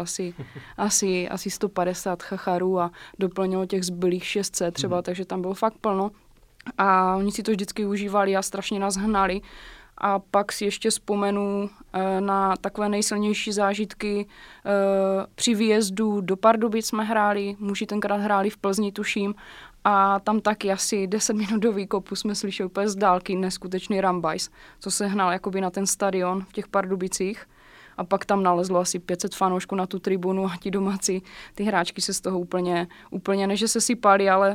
asi 150 chacharů a doplnilo těch zbylých 600 třeba, takže tam bylo fakt plno. A oni si to vždycky užívali a strašně nás hnali. A pak si ještě vzpomenu na takové nejsilnější zážitky. Při výjezdu do Pardubic jsme hráli, muži tenkrát hráli v Plzni, tuším, a tam taky asi 10-minutový kopu jsme slyšeli úplně z dálky neskutečný rambajs, co se hnal jakoby na ten stadion v těch Pardubicích. A pak tam nalezlo asi 500 fanoušků na tu tribunu a ti domácí, ty hráčky se z toho úplně ne, že se sypali, ale...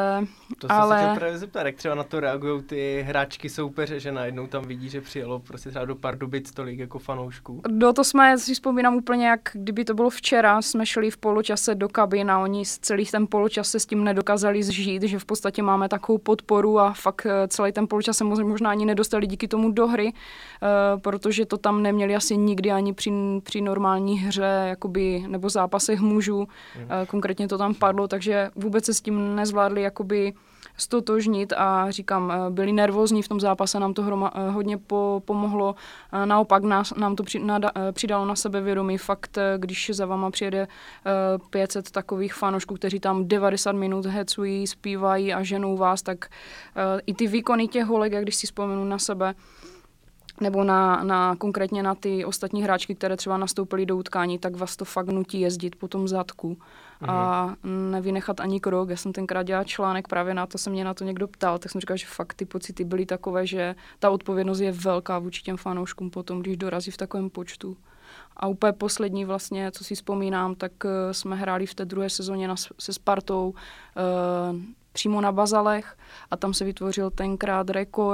To jsem se chtěl právě zeptat, jak třeba na to reagují ty hráčky soupeře, že najednou tam vidí, že přijelo prostě třeba do Pardubic tolik jako fanoušků. To jsme, si vzpomínám úplně, jak kdyby to bylo včera, jsme šli v poločase do kabin a oni celý ten poločas se s tím nedokázali zžít, že v podstatě máme takovou podporu a fakt celý ten poločas se možná ani nedostali díky tomu do hry, protože to tam neměli asi nikdy ani při normální hře jakoby, nebo zápasech mužů. Konkrétně to tam padlo, takže vůbec se s tím nezvládli jakoby stotožnit a říkám, byli nervózní v tom zápase, nám to hodně pomohlo. Naopak nám to přidalo na sebevědomí. Fakt, když za váma přijede 500 takových fanoušků, kteří tam 90 minut hecují, zpívají a ženou vás, tak i ty výkony těch holek, když si vzpomenu na sebe, nebo konkrétně na ty ostatní hráčky, které třeba nastoupily do utkání, tak vás to fakt nutí jezdit po tom zadku a nevynechat ani krok. Já jsem tenkrát dělala článek právě na to, se mě na to někdo ptal, tak jsem říkala, že fakt ty pocity byly takové, že ta odpovědnost je velká vůči těm fanouškům potom, když dorazí v takovém počtu. A úplně poslední vlastně, co si vzpomínám, tak jsme hráli v té druhé sezóně se Spartou přímo na Bazalech a tam se vytvořil tenkrát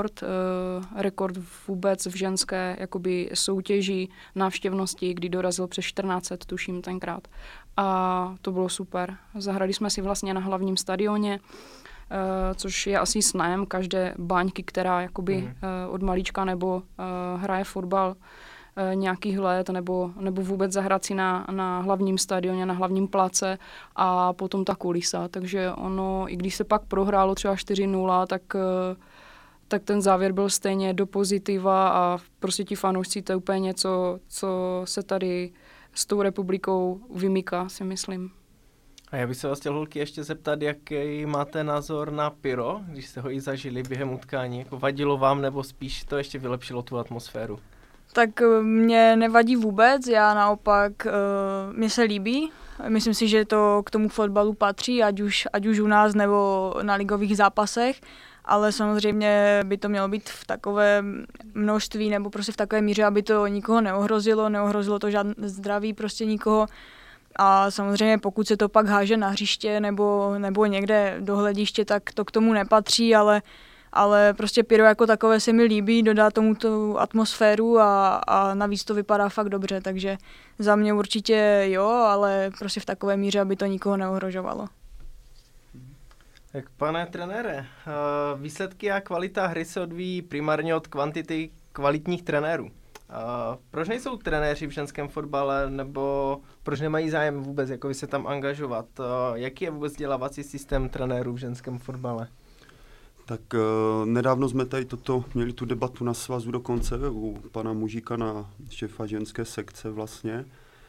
rekord vůbec v ženské jakoby soutěži návštěvnosti, kdy dorazil přes 1400, tuším tenkrát. A to bylo super. Zahrali jsme si vlastně na hlavním stadioně, což je asi snem každé baňky, která jakoby od malička nebo hraje fotbal nějakých let, nebo vůbec zahrát si na hlavním stadioně, na hlavním place a potom ta kulisa. Takže ono, i když se pak prohrálo třeba 4-0, tak ten závěr byl stejně do pozitiva a prostě ti fanoušci, to je úplně něco, co se tady s tou republikou vymyká, si myslím. A já bych se vás chtěl, holky, ještě zeptat, jaký máte názor na pyro, když jste ho i zažili během utkání. Jako vadilo vám, nebo spíš to ještě vylepšilo tu atmosféru? Tak mě nevadí vůbec, já naopak, mně se líbí. Myslím si, že to k tomu fotbalu patří, ať už u nás nebo na ligových zápasech, ale samozřejmě by to mělo být v takové množství nebo prostě v takové míře, aby to nikoho neohrozilo to žádné zdraví prostě nikoho. A samozřejmě pokud se to pak háže na hřiště nebo někde do hlediště, tak to k tomu nepatří, ale prostě pyro jako takové se mi líbí, dodá tomu tu atmosféru a navíc to vypadá fakt dobře, takže za mě určitě jo, ale prostě v takové míře, aby to nikoho neohrožovalo. Tak pane trenére, výsledky a kvalita hry se odvíjí primárně od kvantity kvalitních trenérů. Proč nejsou trenéři v ženském fotbale, nebo proč nemají zájem vůbec jako se tam angažovat? Jaký je vůbec vzdělávací systém trenérů v ženském fotbale? Tak nedávno jsme tady měli tu debatu na svazu dokonce u pana Mužíka, na šéfa ženské sekce vlastně.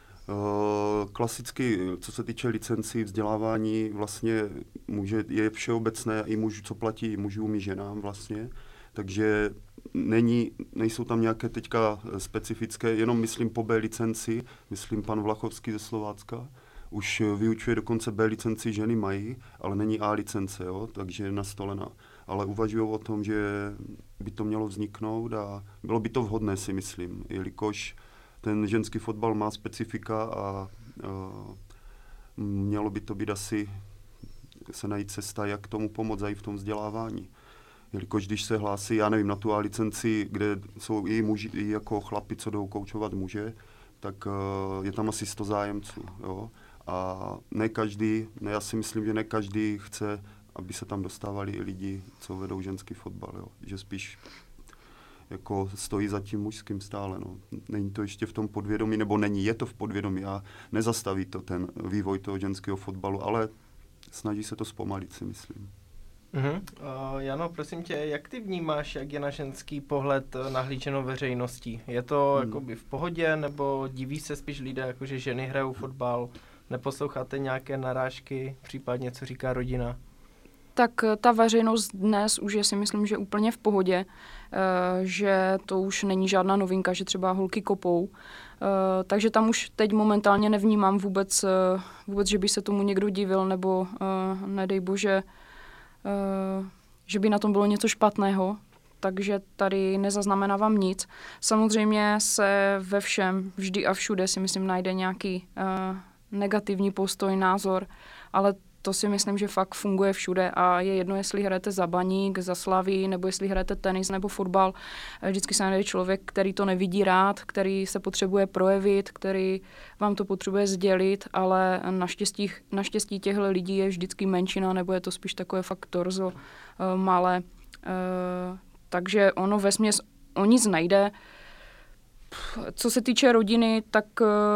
Klasicky, co se týče licencí, vzdělávání, vlastně je všeobecné i mužů, co platí i mužům i ženám vlastně. Takže nejsou tam nějaké teďka specifické, jenom myslím po B licenci, myslím pan Vlachovský ze Slovácka, už vyučuje dokonce B licenci, ženy mají, ale není A licence, jo, takže je nastolená. Ale uvažují o tom, že by to mělo vzniknout a bylo by to vhodné, si myslím, jelikož ten ženský fotbal má specifika a mělo by to být asi se najít cesta, jak tomu pomoct i v tom vzdělávání. Jelikož když se hlásí, já nevím, na tu A licenci, kde jsou i muži, i jako chlapi, co jdou koučovat muže, tak je tam asi 100 zájemců. Jo? A já si myslím, že ne každý chce, aby se tam dostávali i lidi, co vedou ženský fotbal. Jo? Že spíš jako stojí za tím mužským stále. No. Není to ještě v tom podvědomí, nebo je to v podvědomí a nezastaví to ten vývoj toho ženského fotbalu, ale snaží se to zpomalit, si myslím. Jano, prosím tě, jak ty vnímáš, jak je na ženský pohled nahlíženo veřejností? Je to jakoby v pohodě, nebo diví se spíš lidé, jakože ženy hrajou fotbal? Neposloucháte nějaké narážky, případně co říká rodina? Tak ta veřejnost dnes už je, si myslím, že úplně v pohodě, že to už není žádná novinka, že třeba holky kopou. Takže tam už teď momentálně nevnímám vůbec, že by se tomu někdo divil, nebo nedej bože, že by na tom bylo něco špatného, takže tady nezaznamenávám nic. Samozřejmě se ve všem, vždy a všude si myslím najde nějaký negativní postoj, názor, ale to si myslím, že fakt funguje všude a je jedno, jestli hrajete za Baník, za Slavii, nebo jestli hrajete tenis nebo fotbal. Vždycky se najde člověk, který to nevidí rád, který se potřebuje projevit, který vám to potřebuje sdělit, ale naštěstí těchto lidí je vždycky menšina, nebo je to spíš takové fakt torzo malé. Takže ono vesměs o nic nejde. Co se týče rodiny, tak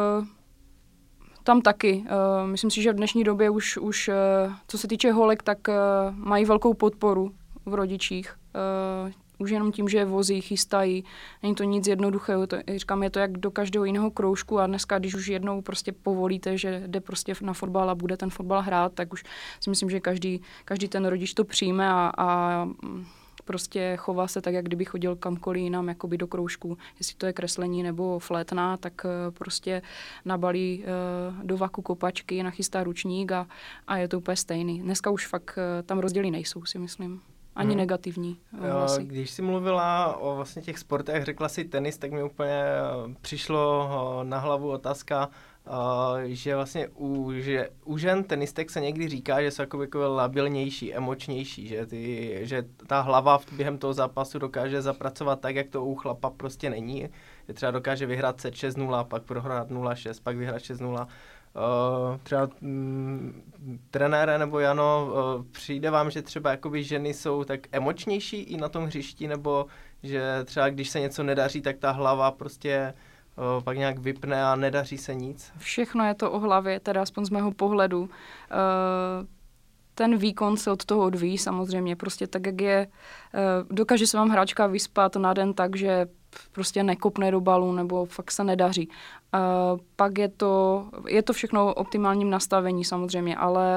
tam taky. Myslím si, že v dnešní době už co se týče holek, tak mají velkou podporu v rodičích. Už jenom tím, že je vozí, chystají. Není to nic jednoduchého. Říkám, je to jak do každého jiného kroužku a dneska, když už jednou prostě povolíte, že jde prostě na fotbal a bude ten fotbal hrát, tak už si myslím, že každý ten rodič to přijme a prostě chová se tak, jak kdyby chodil kamkoliv jinam, jakoby do kroužku. Jestli to je kreslení nebo flétna, tak prostě nabalí do vaku kopačky, nachystá ručník a je to úplně stejný. Dneska už fakt tam rozdíly nejsou, si myslím. ani negativní hlasy. Když jsi mluvila o vlastně těch sportech, řekla si tenis, tak mi úplně přišlo na hlavu otázka, že vlastně u žen tenistek se někdy říká, že jsou jako labilnější, emočnější, že ta hlava během toho zápasu dokáže zapracovat tak, jak to u chlapa prostě není. Že třeba dokáže vyhrát set 6-0, pak prohrát 0-6, pak vyhrát 6-0. Třeba trenére nebo Jano, přijde vám, že třeba jakoby ženy jsou tak emočnější i na tom hřišti, nebo že třeba když se něco nedaří, tak ta hlava prostě pak nějak vypne a nedaří se nic? Všechno je to o hlavě, teda aspoň z mého pohledu. Ten výkon se od toho odvíjí samozřejmě, prostě tak, jak je, dokáže se vám hráčka vyspat na den tak, že prostě nekopne do balu nebo fakt se nedaří. Pak je to všechno o optimálním nastavení samozřejmě,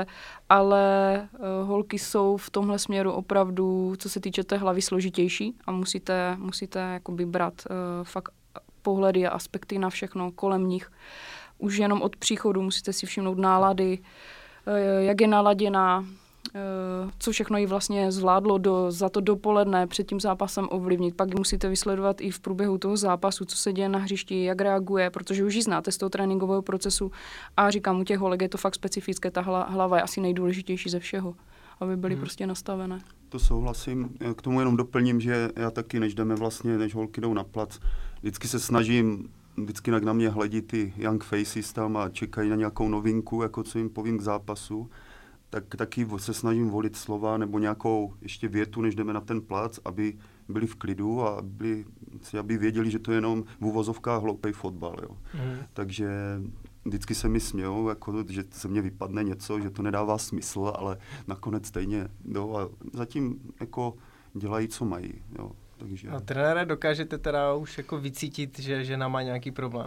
ale holky jsou v tomhle směru opravdu, co se týče té hlavy, složitější a musíte jakoby brát fakt pohledy a aspekty na všechno kolem nich. Už jenom od příchodu musíte si všimnout nálady, jak je naladěná, co všechno jí vlastně zvládlo za to dopoledne před tím zápasem ovlivnit. Pak musíte vysledovat i v průběhu toho zápasu, co se děje na hřišti, jak reaguje, protože už ji znáte z toho tréninkového procesu a říkám, u těch holek je to fakt specifické, ta hlava je asi nejdůležitější ze všeho, aby byly prostě nastavené. To souhlasím. K tomu jenom doplním, že já taky, než holky jdou na plac, vždycky se snažím, vždycky na mě hledí ty young faces tam a čekají na nějakou novinku, jako co jim povím k zápasu, tak taky se snažím volit slova nebo nějakou ještě větu, než jdeme na ten plac, aby byli v klidu a aby věděli, že to je jenom v uvozovkách hloupej fotbal. Jo. Takže vždycky se mi smějou, jako, že se mně vypadne něco, že to nedává smysl, ale nakonec stejně jdou a zatím jako dělají, co mají. Jo. Takže... A trenére, dokážete teda už jako vycítit, že žena má nějaký problém?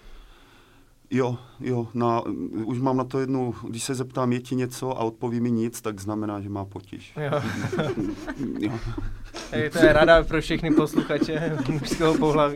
Jo, už mám na to jednu, když se zeptám, je ti něco a odpoví mi nic, tak znamená, že má potíž. Jo. To je rada pro všechny posluchače mužského pohlaví.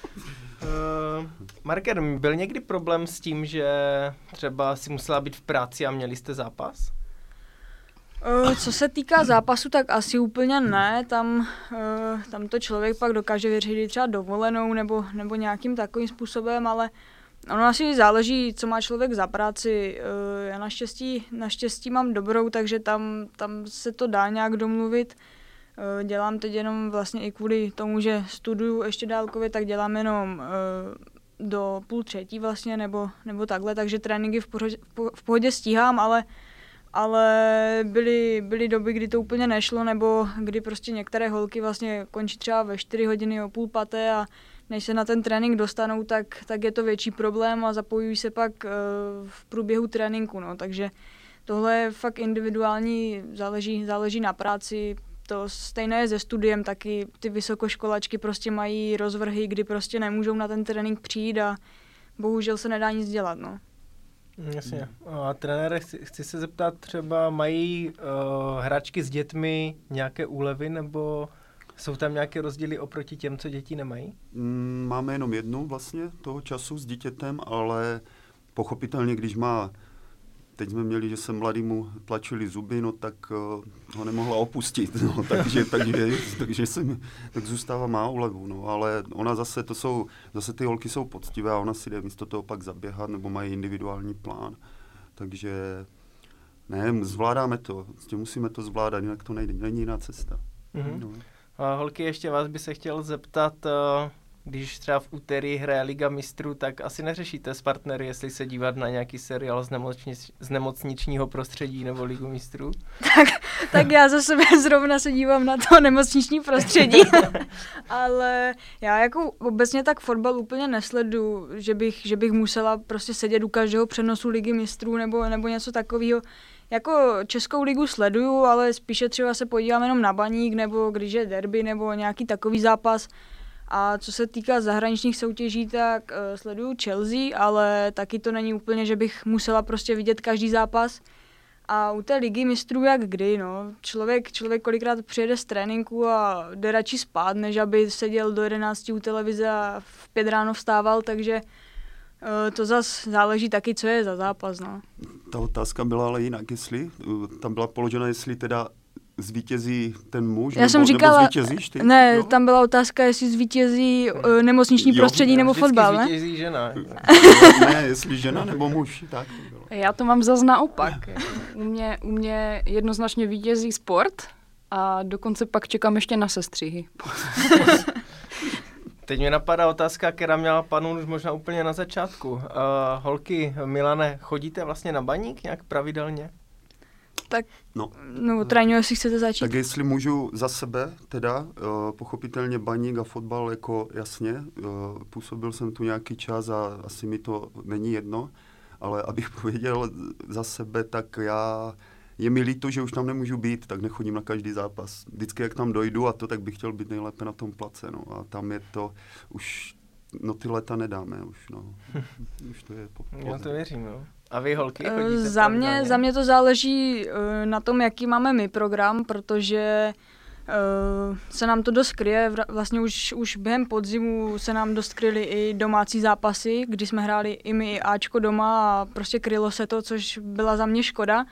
Marker, byl někdy problém s tím, že třeba si musela být v práci a měli jste zápas? Co se týká zápasu, tak asi úplně ne. Tam to člověk pak dokáže vyřídit třeba dovolenou nebo nějakým takovým způsobem, ale ono asi záleží, co má člověk za práci. Já naštěstí mám dobrou, takže tam se to dá nějak domluvit. Dělám teď jenom vlastně i kvůli tomu, že studuju ještě dálkově, tak dělám jenom do 2:30 vlastně, nebo takhle, takže tréninky v pohodě stíhám, ale byly doby, kdy to úplně nešlo, nebo kdy prostě některé holky vlastně končí třeba ve 4 hodiny o 4:30 a než se na ten trénink dostanou, tak je to větší problém a zapojují se pak v průběhu tréninku, no, takže tohle je fakt individuální, záleží na práci. To stejné je se studiem, taky ty vysokoškolačky prostě mají rozvrhy, kdy prostě nemůžou na ten trénink přijít a bohužel se nedá nic dělat, no. Jasně. A trenére, chci se zeptat, třeba mají hráčky s dětmi nějaké úlevy, nebo jsou tam nějaké rozdíly oproti těm, co děti nemají? Máme jenom jednu vlastně toho času s dítětem, ale pochopitelně, když má, teď jsme měli, že se mladýmu tlačili zuby, no tak ho nemohla opustit, no, tak zůstává má úlevu, no, ale ona zase ty holky jsou poctivé a ona si jde místo toho pak zaběhat, nebo mají individuální plán, takže ne, zvládáme to, musíme to zvládat, jinak to nejde, není jiná cesta. No. A holky, ještě vás by se chtěl zeptat, když třeba v úterý hraje Liga mistrů, tak asi neřešíte s partnery, jestli se dívat na nějaký seriál z nemocničního prostředí nebo Ligu mistrů? Tak já za sebe zrovna se dívám na to nemocniční prostředí, ale já jako obecně tak fotbal úplně nesleduju, že bych musela prostě sedět u každého přenosu Ligy mistrů nebo něco takového. Jako Českou ligu sleduju, ale spíše třeba se podívám jenom na Baník, nebo když je derby, nebo nějaký takový zápas. A co se týká zahraničních soutěží, tak sleduju Chelsea, ale taky to není úplně, že bych musela prostě vidět každý zápas. A u té Ligy mistrů jak kdy, no. Člověk kolikrát přijede z tréninku a jde radši spát, než aby seděl do 11 u televize a v 5 ráno vstával, takže to zase záleží taky, co je za zápas, no. Ta otázka byla ale jinak, jestli tam byla položena, jestli teda zvítězí ten muž, Já jsem říkala, nebo zvítězíš ty? Ne, jo? tam byla otázka, jestli zvítězí nemocniční prostředí nebo fotbal, ne? Zvítězí žena. Ne, jestli žena nebo muž, tak to bylo. Já to mám zas naopak. U mě jednoznačně vítězí sport a dokonce pak čekám ještě na sestřihy. Teď mě napadá otázka, která měla panu už možná úplně na začátku. Holky, Milane, chodíte vlastně na baník nějak pravidelně? Tak, trénu, jestli chcete začít. Tak jestli můžu za sebe, teda, pochopitelně baník a fotbal, jako jasně, působil jsem tu nějaký čas a asi mi to není jedno, ale abych pověděl za sebe, tak je mi líto, že už tam nemůžu být, tak nechodím na každý zápas. Vždycky, jak tam dojdu a to, tak bych chtěl být nejlépe na tom place, no. A tam je to už, ty léta nedáme už, no. Už to je Já to věřím, jo. A vy, holky, chodíte Za mě to záleží na tom, jaký máme my program, protože se nám to dost kryje. Vlastně už během podzimu se nám dost kryly i domácí zápasy, kdy jsme hráli i my i Ačko doma a prostě krylo se to, což byla za mě škoda.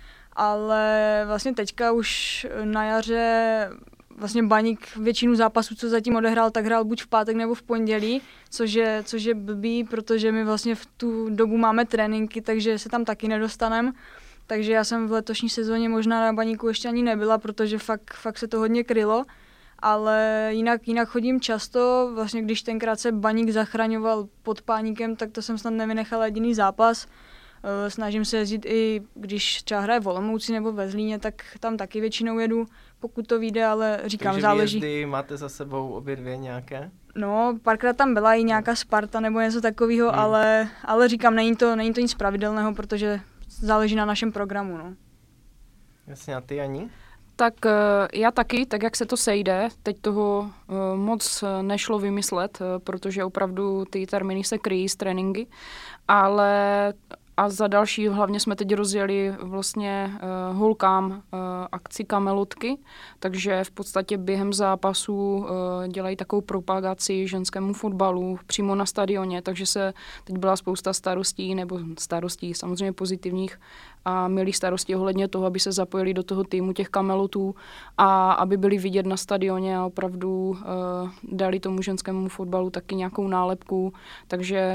Ale vlastně teďka už na jaře vlastně baník většinu zápasů, co zatím odehrál, tak hrál buď v pátek nebo v pondělí, což je blbý, protože my vlastně v tu dobu máme tréninky, takže se tam taky nedostaneme. Takže já jsem v letošní sezóně možná na baníku ještě ani nebyla, protože fakt se to hodně krylo. Ale jinak chodím často, vlastně když tenkrát se baník zachraňoval pod Páníkem, tak to jsem snad nevynechala jediný zápas. Snažím se jezdit i když třeba hraje v Olomouci nebo ve Zlíně, tak tam taky většinou jedu, pokud to vyjde, ale říkám, takže záleží. Takže výjezdy máte za sebou obě dvě nějaké? No, párkrát tam byla i nějaká Sparta nebo něco takového, ale říkám, není to nic pravidelného, protože záleží na našem programu, no. Jasně, a ty, Ani? Tak já taky, tak jak se to sejde, teď toho moc nešlo vymyslet, protože opravdu ty termíny se kryjí z tréninky, ale a za další hlavně jsme teď rozjeli vlastně holkám akci Kamelotky, takže v podstatě během zápasu dělají takovou propagaci ženskému fotbalu přímo na stadioně, takže se teď byla spousta starostí samozřejmě pozitivních a milých starostí ohledně toho, aby se zapojili do toho týmu těch Kamelotů a aby byli vidět na stadioně a opravdu dali tomu ženskému fotbalu taky nějakou nálepku, takže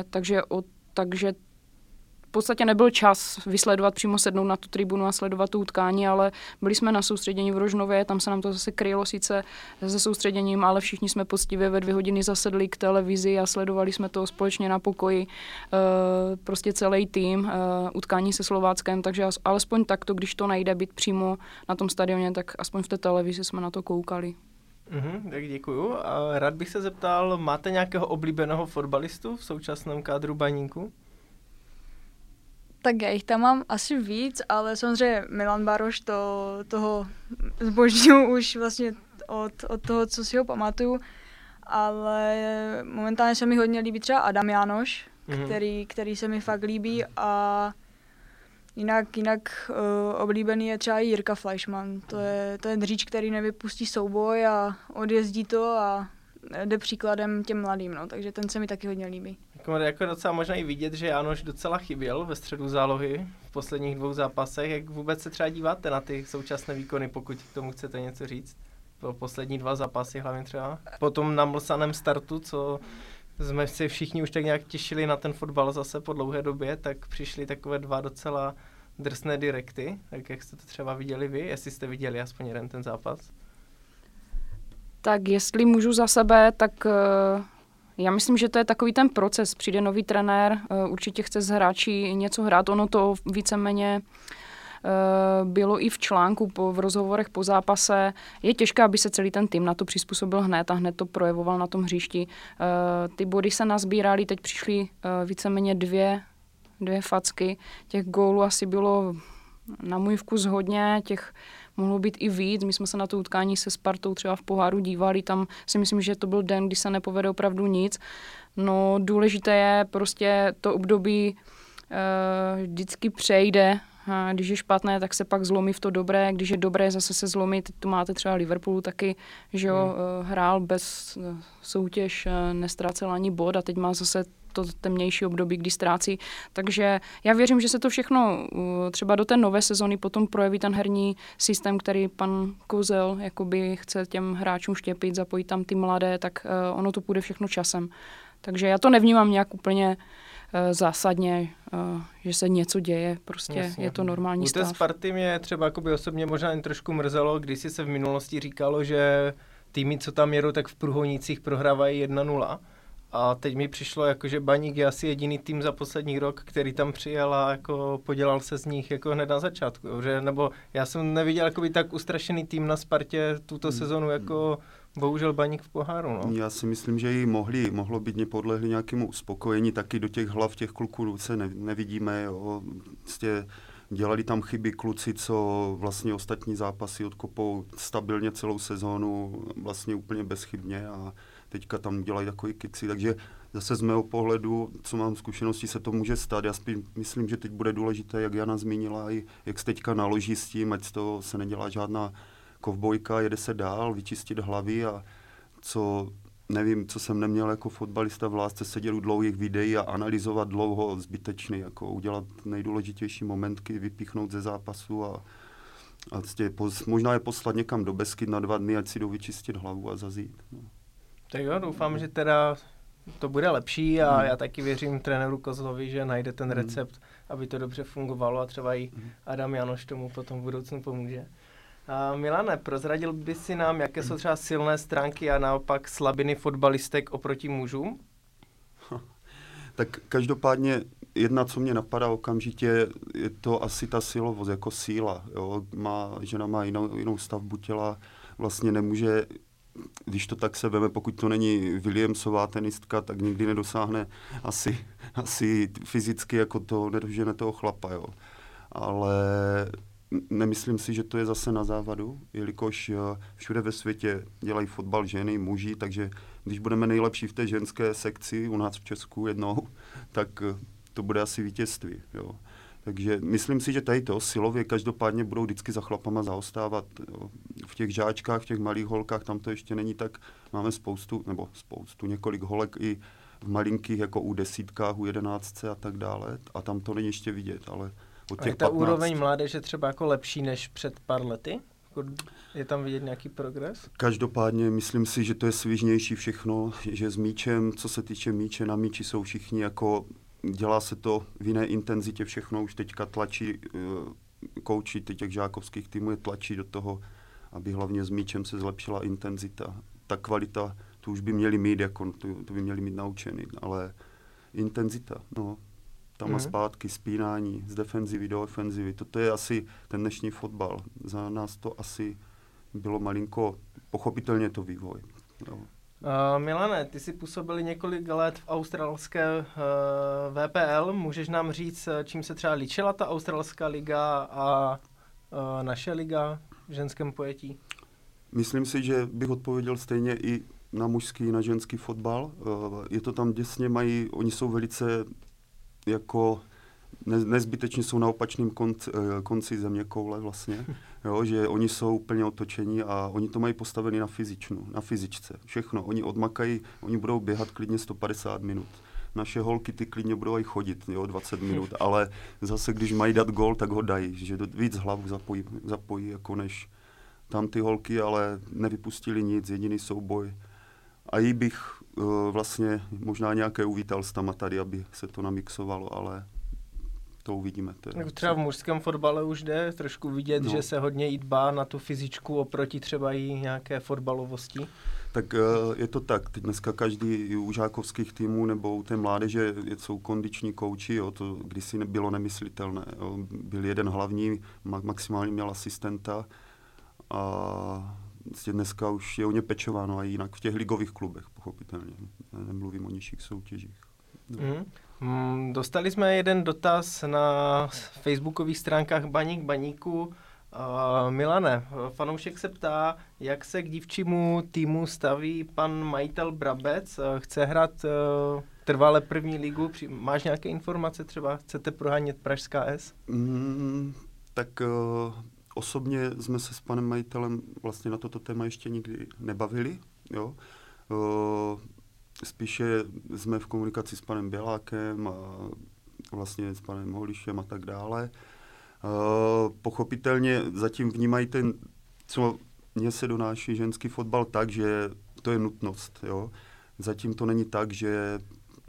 v podstatě nebyl čas vysledovat, přímo sednout na tu tribunu a sledovat tu utkání, ale byli jsme na soustředění v Rožnově, tam se nám to zase krylo sice se soustředěním, ale všichni jsme poctivě ve 2 hodiny zasedli k televizi a sledovali jsme to společně na pokoji, prostě celý tým, utkání se Slováckem, takže alespoň takto, když to nejde být přímo na tom stadioně, tak aspoň v té televizi jsme na to koukali. Tak děkuju. A rád bych se zeptal, máte nějakého oblíbeného fotbalistu v současném kádru baníku? Tak já jich tam mám asi víc, ale samozřejmě Milan Baroš, toho zbožňuju už vlastně od toho, co si ho pamatuju, ale momentálně se mi hodně líbí třeba Adam Jánoš, který se mi fakt líbí a jinak oblíbený je třeba i Jirka Fleischmann. To je dříč, který nevypustí souboj a odjezdí to a jde příkladem těm mladým, no, takže ten se mi taky hodně líbí. Jako docela možná i vidět, že Jánoš docela chyběl ve středu zálohy v posledních 2 zápasech. Jak vůbec se třeba díváte na ty současné výkony, pokud k tomu chcete něco říct? Po poslední 2 zápasy hlavně třeba. Po tom namlsaném startu, co jsme si všichni už tak nějak těšili na ten fotbal zase po dlouhé době, tak přišly takové 2 docela drsné direkty. Tak jak jste to třeba viděli vy? Jestli jste viděli aspoň jeden ten zápas? Tak jestli můžu za sebe, tak já myslím, že to je takový ten proces. Přijde nový trenér, určitě chce z hráči něco hrát. Ono to víceméně bylo i v článku, v rozhovorech po zápase. Je těžké, aby se celý ten tým na to přizpůsobil hned a hned to projevoval na tom hřišti. Ty body se nazbíraly, teď přišly víceméně 2 facky. Těch gólů asi bylo na můj vkus hodně, těch mohlo být i víc. My jsme se na to utkání se Spartou třeba v poháru dívali, tam si myslím, že to byl den, kdy se nepovede opravdu nic. No důležité je prostě to období vždycky přejde. A když je špatné, tak se pak zlomí v to dobré. Když je dobré, zase se zlomí. Teď tu máte třeba Liverpoolu taky, že hrál bez soutěž, nestrácel ani bod a teď má zase to temnější období, kdy ztrácí. Takže já věřím, že se to všechno třeba do té nové sezony potom projeví ten herní systém, který pan Kouzel jakoby chce těm hráčům štěpit, zapojit tam ty mladé, tak ono to půjde všechno časem. Takže já to nevnímám nějak úplně zásadně, že se něco děje, prostě jasně. Je to normální stav. U té Sparty mě třeba jakoby osobně možná jen trošku mrzelo, když si se v minulosti říkalo, že týmy, co tam jedou, tak v Průhonicích prohrávají 1-0. A teď mi přišlo, jako, že Baník je asi jediný tým za poslední rok, který tam přijel a jako podělal se z nich jako hned na začátku. Že? Nebo já jsem neviděl jakoby tak ustrašený tým na Spartě tuto sezonu jako bohužel Baník v poháru. No. Já si myslím, že i mohlo být nepodlehli nějakému uspokojení, taky do těch hlav těch kluků se nevidíme. Jo. Prostě dělali tam chyby kluci, co vlastně ostatní zápasy odkopou stabilně celou sezónu, vlastně úplně bezchybně a teďka tam dělají takový kici, takže zase z mého pohledu, co mám zkušenosti, se to může stát. Já spíš myslím, že teď bude důležité, jak Jana zmínila, i jak se teďka naloží s tím, ať z toho se nedělá žádná kovbojka, jede se dál, vyčistit hlavy a co jsem neměl jako fotbalista v lásce sedět u dlouhých videí a analyzovat dlouho zbytečný, jako udělat nejdůležitější momentky, vypíchnout ze zápasu a možná je poslat někam do Beskyd na 2 dny, ať si jdou vyčistit hlavu a zazít. No. Tak jo, doufám, že teda to bude lepší a já taky věřím trenéru Kozlovi, že najde ten recept, aby to dobře fungovalo a třeba i Adam Janoš tomu potom v budoucnu pomůže. Milane, prozradil by si nám, jaké jsou třeba silné stránky a naopak slabiny fotbalistek oproti mužům? Tak každopádně jedna, co mě napadá okamžitě, je to asi ta silovost, jako síla. Jo? Žena má jinou stavbu těla, vlastně nemůže, když to tak se veme, pokud to není Williamsová tenistka, tak nikdy nedosáhne asi fyzicky jako to, nedožene toho chlapa. Jo? Ale nemyslím si, že to je zase na závadu, jelikož všude ve světě dělají fotbal ženy, muži, takže když budeme nejlepší v té ženské sekci u nás v Česku jednou, tak to bude asi vítězství. Jo. Takže myslím si, že tady to silově každopádně budou vždycky za chlapama zaostávat. Jo. V těch žáčkách, v těch malých holkách, tam to ještě není tak, máme několik holek i v malinkých, jako u 10, u 11 a tak dále, a tam to není ještě vidět, ale od těch a je ta 15... úroveň mládeže třeba jako lepší než před pár lety? Je tam vidět nějaký progres? Každopádně myslím si, že to je svižnější všechno, že s míčem, co se týče míče, na míči jsou všichni jako, dělá se to v jiné intenzitě všechno, už teďka tlačí kouči těch žákovských týmů je tlačí do toho, aby hlavně s míčem se zlepšila intenzita. Ta kvalita, tu už by měli mít, jako, to by měli mít naučený, ale intenzita, no. Tam a zpátky, spínání, z defenzivy do ofenzivy. Toto je asi ten dnešní fotbal. Za nás to asi bylo malinko, pochopitelně to vývoj. Jo. Milane, ty jsi působili několik let v australské VPL. Můžeš nám říct, čím se třeba ličila ta australská liga a naše liga v ženském pojetí? Myslím si, že bych odpověděl stejně i na mužský, na ženský fotbal. Je to tam děsně oni jsou velice jako nezbytečně jsou na opačném konci zeměkoule vlastně, jo, že oni jsou úplně otočení a oni to mají postavený na fyzičce, všechno. Oni odmakají, oni budou běhat klidně 150 minut. Naše holky ty klidně budou i chodit, jo, 20 minut, ale zase, když mají dát gól, tak ho dají, že víc hlavu zapojí jako než tam ty holky, ale nevypustili nic, jediný souboj. A jí bych vlastně možná nějaké uvítal s tam a tady, aby se to namixovalo, ale to uvidíme. Třeba v mužském fotbale už jde trošku vidět, že se hodně jí dbá na tu fyzičku oproti třeba i nějaké fotbalovosti. Tak je to tak. Teď dneska každý u žákovských týmů nebo u té mládeže jsou kondiční kouči, jo, to kdysi bylo nemyslitelné. Jo. Byl jeden hlavní, maximálně měl asistenta a dneska už je o ně pečováno a jinak v těch ligových klubech, pochopitelně. Nemluvím o nižších soutěžích. No. Dostali jsme jeden dotaz na facebookových stránkách Baník Baníku. Milane, fanoušek se ptá, jak se k dívčímu týmu staví pan majitel Brabec. Chce hrát trvale první ligu? Máš nějaké informace třeba? Chcete prohánět Pražská S? Tak osobně jsme se s panem majitelem vlastně na toto téma ještě nikdy nebavili. Jo. spíše jsme v komunikaci s panem Bělákem a vlastně s panem Holišem a tak dále. Pochopitelně zatím vnímají co mně se donáší ženský fotbal tak, že to je nutnost. Jo? Zatím to není tak, že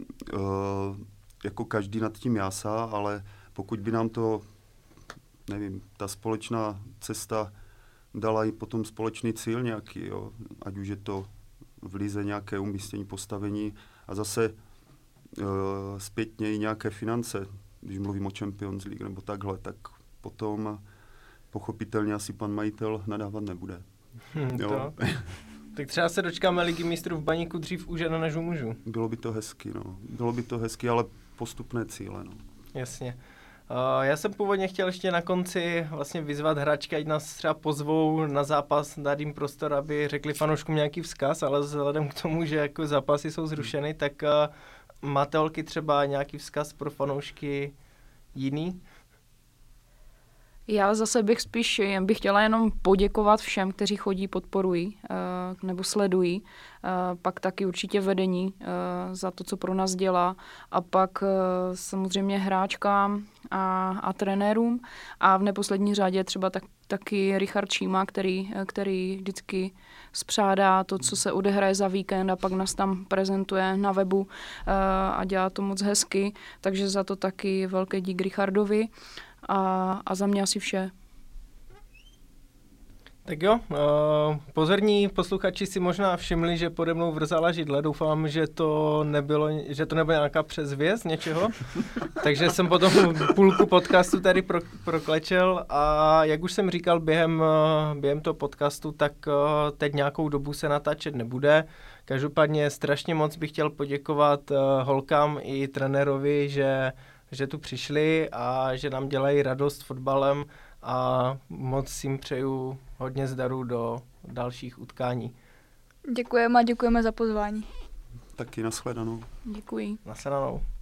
jako každý nad tím jásá, ale pokud by nám to, nevím, ta společná cesta dala i potom společný cíl nějaký, jo? Ať už je to v lize nějaké umístění, postavení a zase zpětně i nějaké finance, když mluvím o Champions League nebo takhle, tak potom pochopitelně asi pan majitel nadávat nebude. Jo? Tak třeba se dočkáme Ligy mistrů v Baníku dřív u žen než u mužů. Bylo by to hezky, no. Bylo by to hezky, ale postupné cíle, no. Jasně. Já jsem původně chtěl ještě na konci vlastně vyzvat hráčky, ať nás třeba pozvou na zápas, dát jim prostor, aby řekli fanouškům nějaký vzkaz, ale vzhledem k tomu, že jako zápasy jsou zrušeny, tak máte holky třeba nějaký vzkaz pro fanoušky jiný? Já zase bych chtěla jenom poděkovat všem, kteří chodí, podporují nebo sledují. Pak taky určitě vedení za to, co pro nás dělá. A pak samozřejmě hráčkám a trenérům. A v neposlední řadě třeba taky Richard Šíma, který vždycky spřádá to, co se odehraje za víkend a pak nás tam prezentuje na webu a dělá to moc hezky. Takže za to taky velký dík Richardovi. A za mě asi vše. Tak jo, pozorní posluchači si možná všimli, že pode mnou vrzala židle. Doufám, že to nebylo nějaká předzvěst něčeho. Takže jsem potom půlku podcastu tady proklečel a jak už jsem říkal během toho podcastu, tak teď nějakou dobu se natáčet nebude. Každopádně strašně moc bych chtěl poděkovat holkám i trenérovi, že tu přišli a že nám dělají radost fotbalem a moc jim přeju hodně zdaru do dalších utkání. Děkujeme a děkujeme za pozvání. Taky nashledanou. Děkuji. Nashledanou.